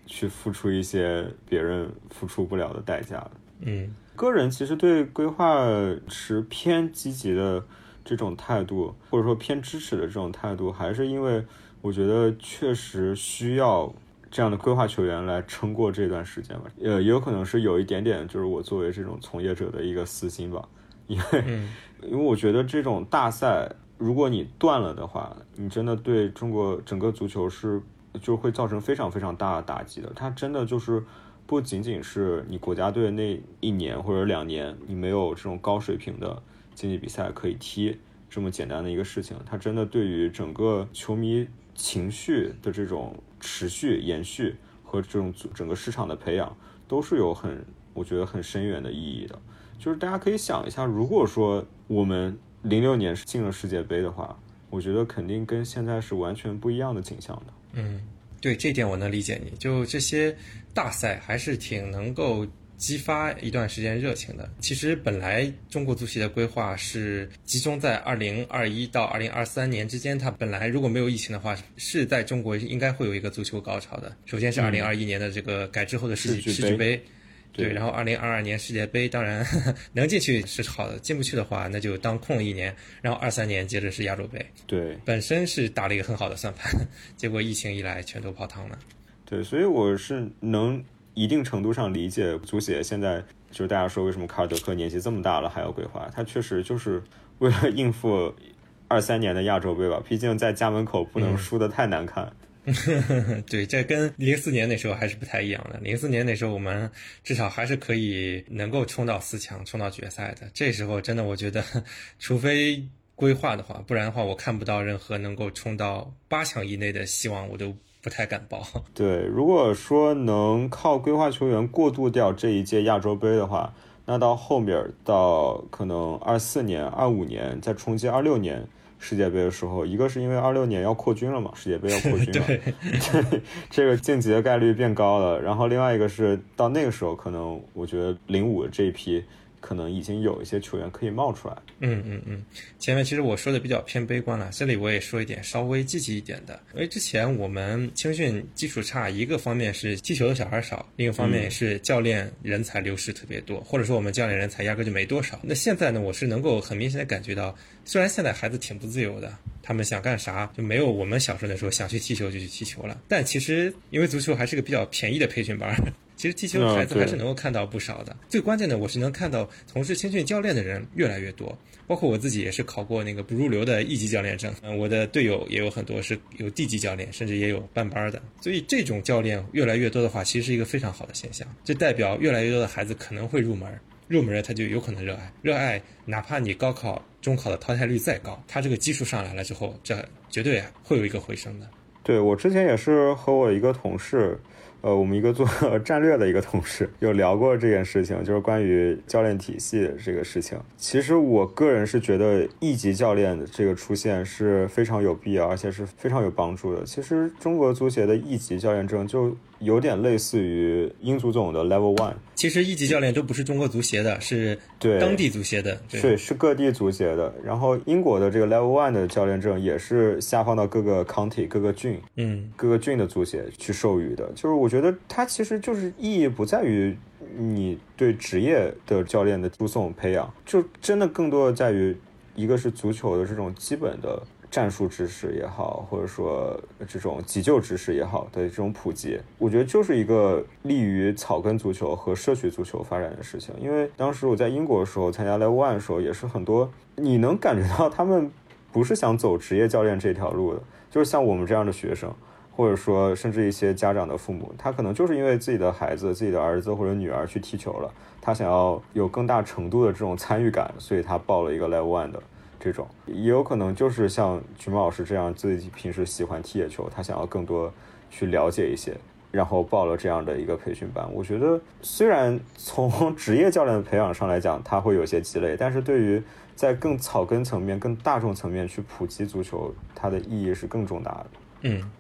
去付出一些别人付出不了的代价的。个人其实对规划持偏积极的这种态度，或者说偏支持的这种态度，还是因为我觉得确实需要这样的规划球员来撑过这段时间吧。也有可能是有一点点就是我作为这种从业者的一个私心吧，因为我觉得这种大赛如果你断了的话，你真的对中国整个足球就会造成非常非常大的打击的。它真的就是不仅仅是你国家队那1年或者2年你没有这种高水平的竞技比赛可以踢这么简单的一个事情，它真的对于整个球迷情绪的这种持续延续和这种整个市场的培养都是有我觉得很深远的意义的。就是大家可以想一下，如果说我们06年进了世界杯的话，我觉得肯定跟现在是完全不一样的景象的。 对，这点我能理解你。就这些大赛还是挺能够激发一段时间热情的。其实本来中国足协的规划是集中在2021到2023年之间，它本来如果没有疫情的话，是在中国应该会有一个足球高潮的。首先是2021年的这个改制后的世俱杯，对，然后2022年世界杯，当然能进去是好的，进不去的话那就当空了1年，然后23年接着是亚洲杯。 对， 本身是打了一个很好的算盘，结果疫情一来全都泡汤了。 对，所以我是能一定程度上理解足协现在就是大家说为什么卡尔德克年纪这么大了还要规划，他确实就是为了应付23年的亚洲杯吧，毕竟在家门口不能输得太难看。 对，这跟04年那时候还是不太一样的。04年那时候我们至少还是可以能够冲到4强，冲到决赛的。这时候真的我觉得，除非规划的话，不然的话我看不到任何能够冲到8强以内的希望，我都不太敢报。 对，如果说能靠规划球员过渡掉这一届亚洲杯的话，那到后面到可能24年、25年再冲击26年世界杯的时候，一个是因为26年要扩军了嘛，世界杯要扩军了， 对这个晋级的概率变高了。然后另外一个是到那个时候，可能我觉得05这一批可能已经有一些球员可以冒出来。 前面其实我说的比较偏悲观了，这里我也说一点稍微积极一点的。因为之前我们青训基础差，一个方面是踢球的小孩少，另一个方面是教练人才流失特别多，或者说我们教练人才压根就没多少。那现在呢，我是能够很明显的感觉到，虽然现在孩子挺不自由的，他们想干啥就没有我们小时候的时候想去踢球就去踢球了，但其实因为足球还是个比较便宜的培训班，其实踢球的孩子还是能够看到不少的。最关键的，我是能看到从事青训教练的人越来越多，包括我自己也是考过那个不入流的1级教练证，我的队友也有很多是有地级教练，甚至也有半班的。所以这种教练越来越多的话，其实是一个非常好的现象，这代表越来越多的孩子可能会入门他就有可能热爱，哪怕你高考中考的淘汰率再高，他这个基数上来了之后，这绝对会有一个回升的。 对，我之前也是和我一个同事我们一个做战略的一个同事有聊过这件事情，就是关于教练体系这个事情。其实我个人是觉得1级教练的这个出现是非常有必要，而且是非常有帮助的。其实中国足协的1级教练证就有点类似于英足总的 Level 1。 其实1级教练都不是中国足协的，是当地足协的。 对，是各地足协的。然后英国的这个 Level 1的教练证也是下放到各个 county 各个郡的足协去授予的。就是我觉得它其实就是意义不在于你对职业的教练的输送培养，就真的更多的在于一个是足球的这种基本的战术知识也好，或者说这种急救知识也好的这种普及，我觉得就是一个利于草根足球和社区足球发展的事情。因为当时我在英国的时候参加 Level 1的时候，也是很多你能感觉到他们不是想走职业教练这条路的，就是像我们这样的学生，或者说甚至一些家长的父母，他可能就是因为自己的孩子、自己的儿子或者女儿去踢球了，他想要有更大程度的这种参与感，所以他报了一个 Level 1的这种。也有可能就是像菊毛老师这样，自己平时喜欢踢野球，他想要更多去了解一些，然后报了这样的一个培训班。我觉得虽然从职业教练的培养上来讲他会有些积累，但是对于在更草根层面、更大众层面去普及足球，它的意义是更重大的。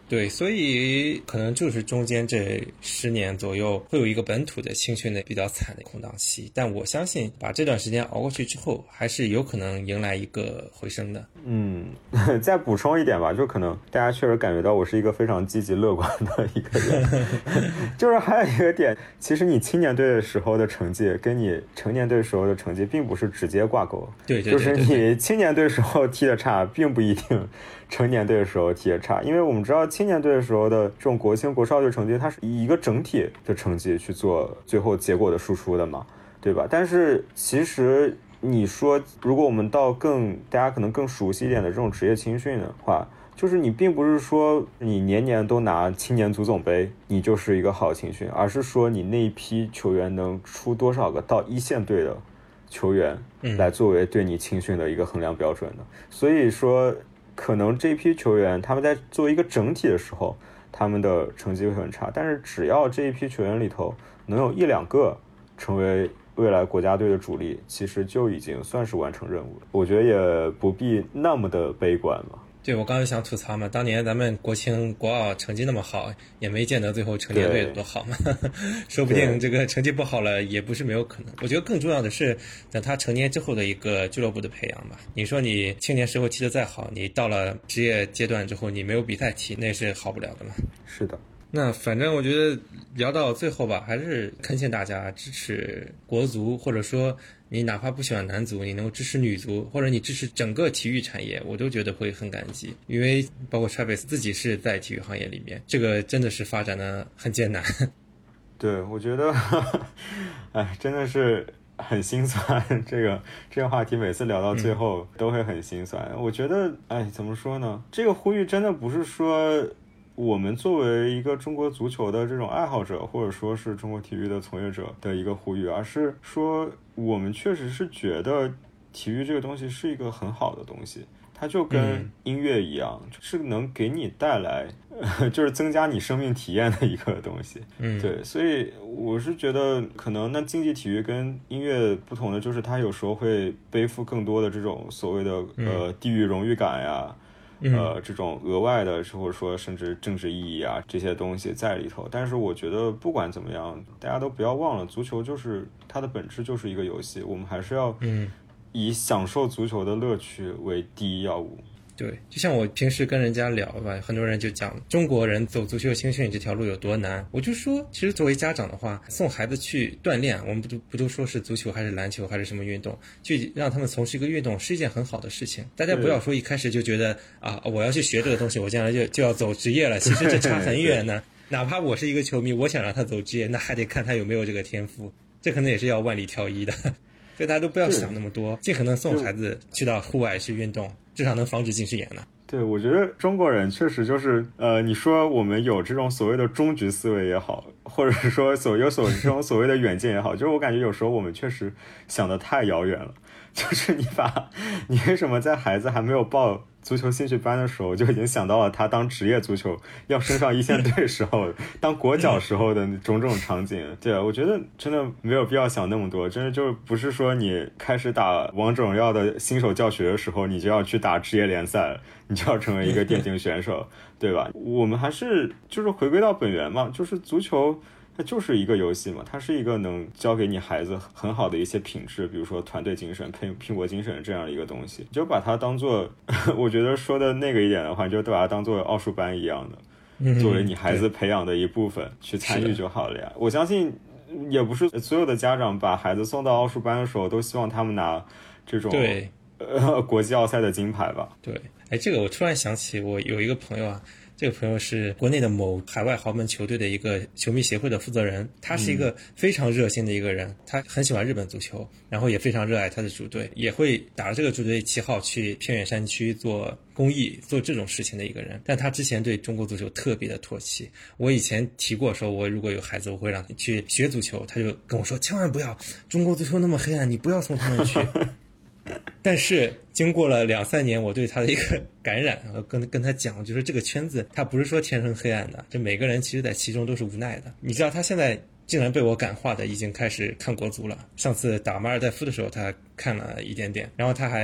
对，所以可能就是中间这10年左右会有一个本土的青训的比较惨的空档期，但我相信把这段时间熬过去之后，还是有可能迎来一个回升的。 再补充一点吧，就可能大家确实感觉到我是一个非常积极乐观的一个人，就是还有一个点，其实你青年队的时候的成绩跟你成年队时候的成绩并不是直接挂钩， 对， 就是你青年队时候踢的差，并不一定成年队的时候踢的差，因为我们知道青年队的时候的这种国青国少队成绩，它是以一个整体的成绩去做最后结果的输出的嘛，对吧？但是其实你说如果我们到大家可能更熟悉一点的这种职业青训的话，就是你并不是说你年年都拿青年足总杯你就是一个好青训，而是说你那一批球员能出多少个到一线队的球员来作为对你青训的一个衡量标准的。所以说可能这批球员他们在作为一个整体的时候他们的成绩会很差，但是只要这一批球员里头能有1-2个成为未来国家队的主力，其实就已经算是完成任务了。我觉得也不必那么的悲观嘛。 对，我刚才想吐槽嘛，当年咱们国青国奥成绩那么好，也没见得最后成年队有多好嘛，说不定这个成绩不好了也不是没有可能。我觉得更重要的是等他成年之后的一个俱乐部的培养吧。你说你青年时候踢得再好，你到了职业阶段之后你没有比赛踢，那是好不了的嘛。 是的。 那反正我觉得聊到最后吧，还是恳请大家支持国足，或者说你哪怕不喜欢男足，你能够支持女足，或者你支持整个体育产业，我都觉得会很感激。因为包括 Travis 自己是在体育行业里面，这个真的是发展的很艰难。 对，我觉得真的是很心酸，这个话题每次聊到最后都会很心酸。我觉得怎么说呢，这个呼吁真的不是说我们作为一个中国足球的这种爱好者，或者说是中国体育的从业者的一个呼吁，而是说我们确实是觉得体育这个东西是一个很好的东西，它就跟音乐一样，是能给你带来就是增加你生命体验的一个东西。对，所以我是觉得可能那竞技体育跟音乐不同的就是它有时候会背负更多的这种所谓的地域荣誉感呀，这种额外的或者说甚至政治意义啊这些东西在里头。但是我觉得不管怎么样，大家都不要忘了，足球就是它的本质就是一个游戏，我们还是要以享受足球的乐趣为第一要务。 对，就像我平时跟人家聊吧，很多人就讲中国人走足球青训这条路有多难，我就说其实作为家长的话，送孩子去锻炼，我们不都说是足球还是篮球还是什么运动，去让他们从事一个运动是一件很好的事情。大家不要说一开始就觉得我要去学这个东西，我将来就要走职业了，其实这差很远呢。哪怕我是一个球迷，我想让他走职业，那还得看他有没有这个天赋，这可能也是要万里挑一的。所以大家都不要想那么多，尽可能送孩子去到户外去运动，至少能防止近视眼呢。 对，我觉得中国人确实就是你说我们有这种所谓的终局思维也好，或者说有这种所谓的远见也好，就是我感觉有时候我们确实想得太遥远了。就是你为什么在孩子还没有报足球兴趣班的时候就已经想到了他当职业足球要升上一线队时候当国脚时候的种种场景。对啊，我觉得真的没有必要想那么多，真的就不是说你开始打王者荣耀的新手教学的时候你就要去打职业联赛了，你就要成为一个电竞选手对吧？我们还是就是回归到本源嘛，就是足球它就是一个游戏嘛，它是一个能教给你孩子很好的一些品质，比如说团队精神、拼搏精神这样的一个东西，就把它当做我觉得说的那个一点的话，就把它当做奥数班一样的，作为你孩子培养的一部分去参与就好了呀。我相信也不是所有的家长把孩子送到奥数班的时候都希望他们拿这种国际奥赛的金牌吧。 对，这个我突然想起我有一个朋友啊，这个朋友是国内的某海外豪门球队的一个球迷协会的负责人，他是一个非常热心的一个人，他很喜欢日本足球，然后也非常热爱他的主队，也会打着这个主队旗号去偏远山区做公益做这种事情的一个人。但他之前对中国足球特别的唾弃，我以前提过说我如果有孩子我会让他去学足球，他就跟我说千万不要，中国足球那么黑暗，你不要送他们去。但是经过了2-3年我对他的一个感染，跟他讲就是这个圈子他不是说天生黑暗的，就每个人其实在其中都是无奈的。你知道他现在竟然被我感化的已经开始看国足了，上次打马尔代夫的时候他看了一点点，然后他还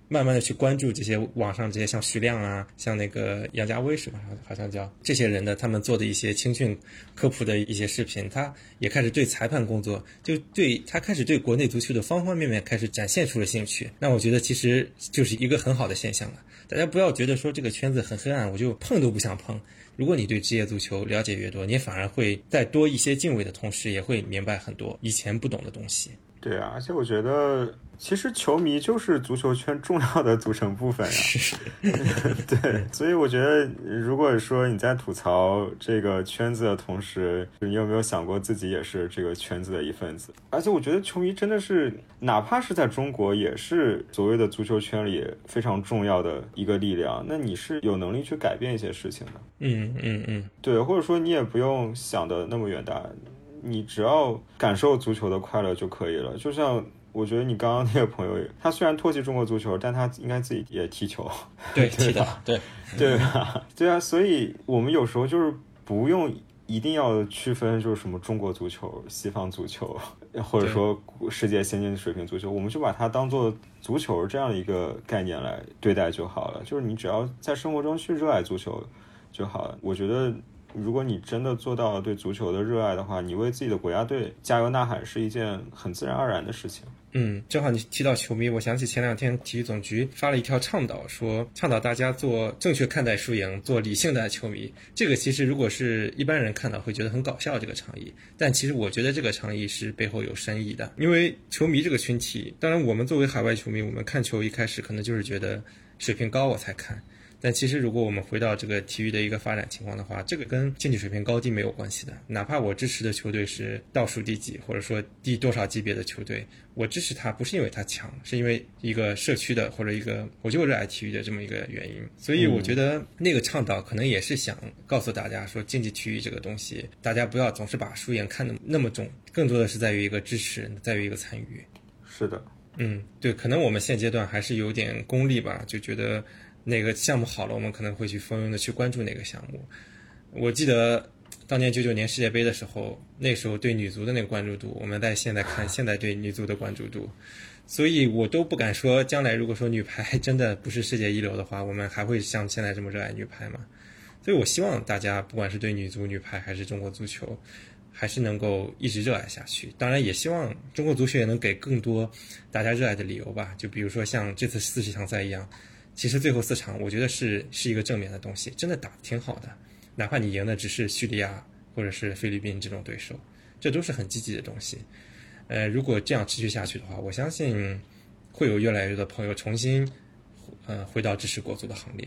慢慢的去关注这些网上这些像徐亮啊，像那个杨家威是吧，好像叫这些人的他们做的一些青训科普的一些视频，他也开始对裁判工作，他开始对国内足球的方方面面开始展现出了兴趣。那我觉得其实就是一个很好的现象了。大家不要觉得说这个圈子很黑暗，我就碰都不想碰。如果你对职业足球了解越多，你反而会再多一些敬畏的同时，也会明白很多以前不懂的东西。 对啊，而且我觉得其实球迷就是足球圈重要的组成部分呀。对，所以我觉得如果说你在吐槽这个圈子的同时，你有没有想过自己也是这个圈子的一份子？而且我觉得球迷真的是哪怕是在中国也是所谓的足球圈里非常重要的一个力量，那你是有能力去改变一些事情的。对，或者说你也不用想的那么远大，你只要感受足球的快乐就可以了。就像我觉得你刚刚那个朋友，他虽然唾弃中国足球，但他应该自己也踢球。 对， 对吧？ 对吧？对啊，所以我们有时候就是不用一定要区分，就是什么中国足球、西方足球，或者说世界先进水平足球，我们就把它当做足球这样的一个概念来对待就好了。就是你只要在生活中去热爱足球就好了。我觉得如果你真的做到了对足球的热爱的话，你为自己的国家队加油呐喊是一件很自然而然的事情。 正好你提到球迷，我想起前2天体育总局发了一条倡导，说倡导大家做正确看待输赢，做理性的球迷。这个其实如果是一般人看到会觉得很搞笑，这个倡议，但其实我觉得这个倡议是背后有深意的。因为球迷这个群体，当然我们作为海外球迷，我们看球一开始可能就是觉得水平高我才看，但其实如果我们回到这个体育的一个发展情况的话，这个跟经济水平高低没有关系的。哪怕我支持的球队是倒数第几，或者说第多少级别的球队，我支持他不是因为他强，是因为一个社区的或者一个我就热爱体育的这么一个原因。所以我觉得那个倡导可能也是想告诉大家说，竞技体育这个东西大家不要总是把输赢看得那么重，更多的是在于一个支持，在于一个参与。 是的。 对，可能我们现阶段还是有点功利吧，就觉得哪个项目好了，我们可能会去蜂拥的去关注哪个项目。我记得当年99年世界杯的时候，那时候对女足的那个关注度，我们在现在看现在对女足的关注度，所以我都不敢说将来如果说女排真的不是世界一流的话，我们还会像现在这么热爱女排吗？所以我希望大家不管是对女足、女排还是中国足球，还是能够一直热爱下去。当然也希望中国足球也能给更多大家热爱的理由吧，就比如说像这次40强赛一样，其实最后4场我觉得是一个正面的东西，真的打得挺好的，哪怕你赢的只是叙利亚或者是菲律宾这种对手，这都是很积极的东西。如果这样持续下去的话，我相信会有越来越多的朋友重新回到支持国足的行列。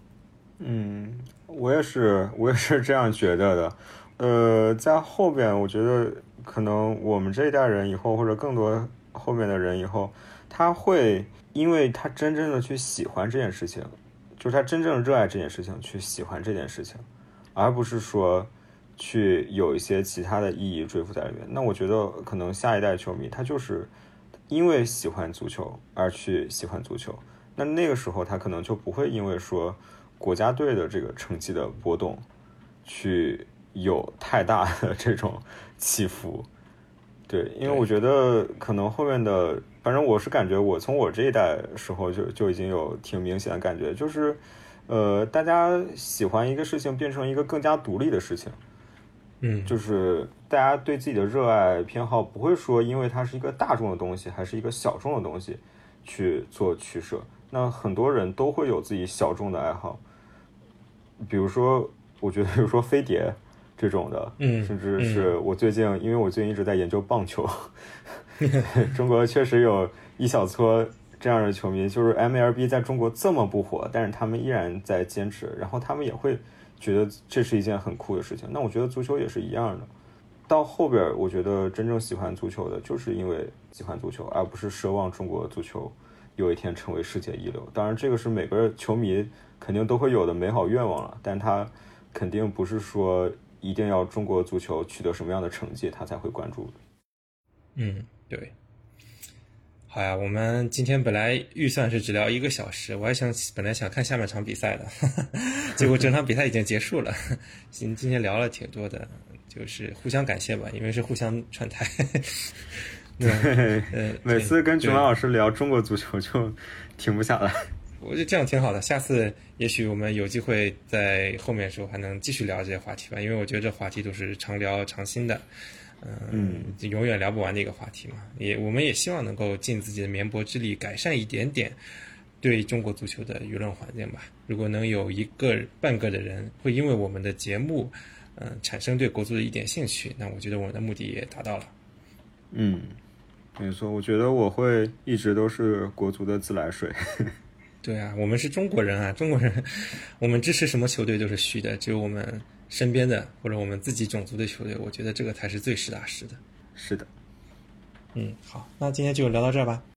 我也是这样觉得的。在后边我觉得可能我们这一代人以后，或者更多后面的人以后，他会因为他真正的去喜欢这件事情，就是他真正热爱这件事情，去喜欢这件事情，而不是说去有一些其他的意义追附在里面。那我觉得可能下一代球迷他就是因为喜欢足球而去喜欢足球，那个时候他可能就不会因为说国家队的这个成绩的波动去有太大的这种起伏。对，因为我觉得可能后面的，反正我是感觉我从我这一代时候就已经有挺明显的感觉，就是大家喜欢一个事情变成一个更加独立的事情。就是大家对自己的热爱偏好不会说因为它是一个大众的东西还是一个小众的东西去做取舍，那很多人都会有自己小众的爱好，比如说我觉得比如说飞碟这种的，甚至是我最近因为我最近一直在研究棒球中国确实有一小撮这样的球迷，就是 MLB 在中国这么不火，但是他们依然在坚持，然后他们也会觉得这是一件很酷的事情。那我觉得足球也是一样的，到后边我觉得真正喜欢足球的就是因为喜欢足球，而不是奢望中国足球有一天成为世界一流。当然这个是每个球迷肯定都会有的美好愿望了，但他肯定不是说一定要中国足球取得什么样的成绩他才会关注的。 对。好呀，我们今天本来预算是只聊1个小时，我还本来想看下半场比赛的结果整场比赛已经结束了今天聊了挺多的，就是互相感谢吧，因为是互相串台每次跟炯老师聊中国足球就停不下来。 我觉得这样挺好的，下次也许我们有机会在后面的时候还能继续聊这些话题吧，因为我觉得这话题都是常聊常新的，永远聊不完的一个话题嘛。我们也希望能够尽自己的绵薄之力改善一点点对中国足球的舆论环境吧。如果能有一个半个的人会因为我们的节目产生对国足的一点兴趣，那我觉得我们的目的也达到了。 没错，我觉得我会一直都是国足的自来水。 对啊，我们是中国人啊，中国人，我们支持什么球队都是虚的，只有我们身边的或者我们自己种族的球队，我觉得这个才是最实打实的。 是的。 好，那今天就聊到这儿吧。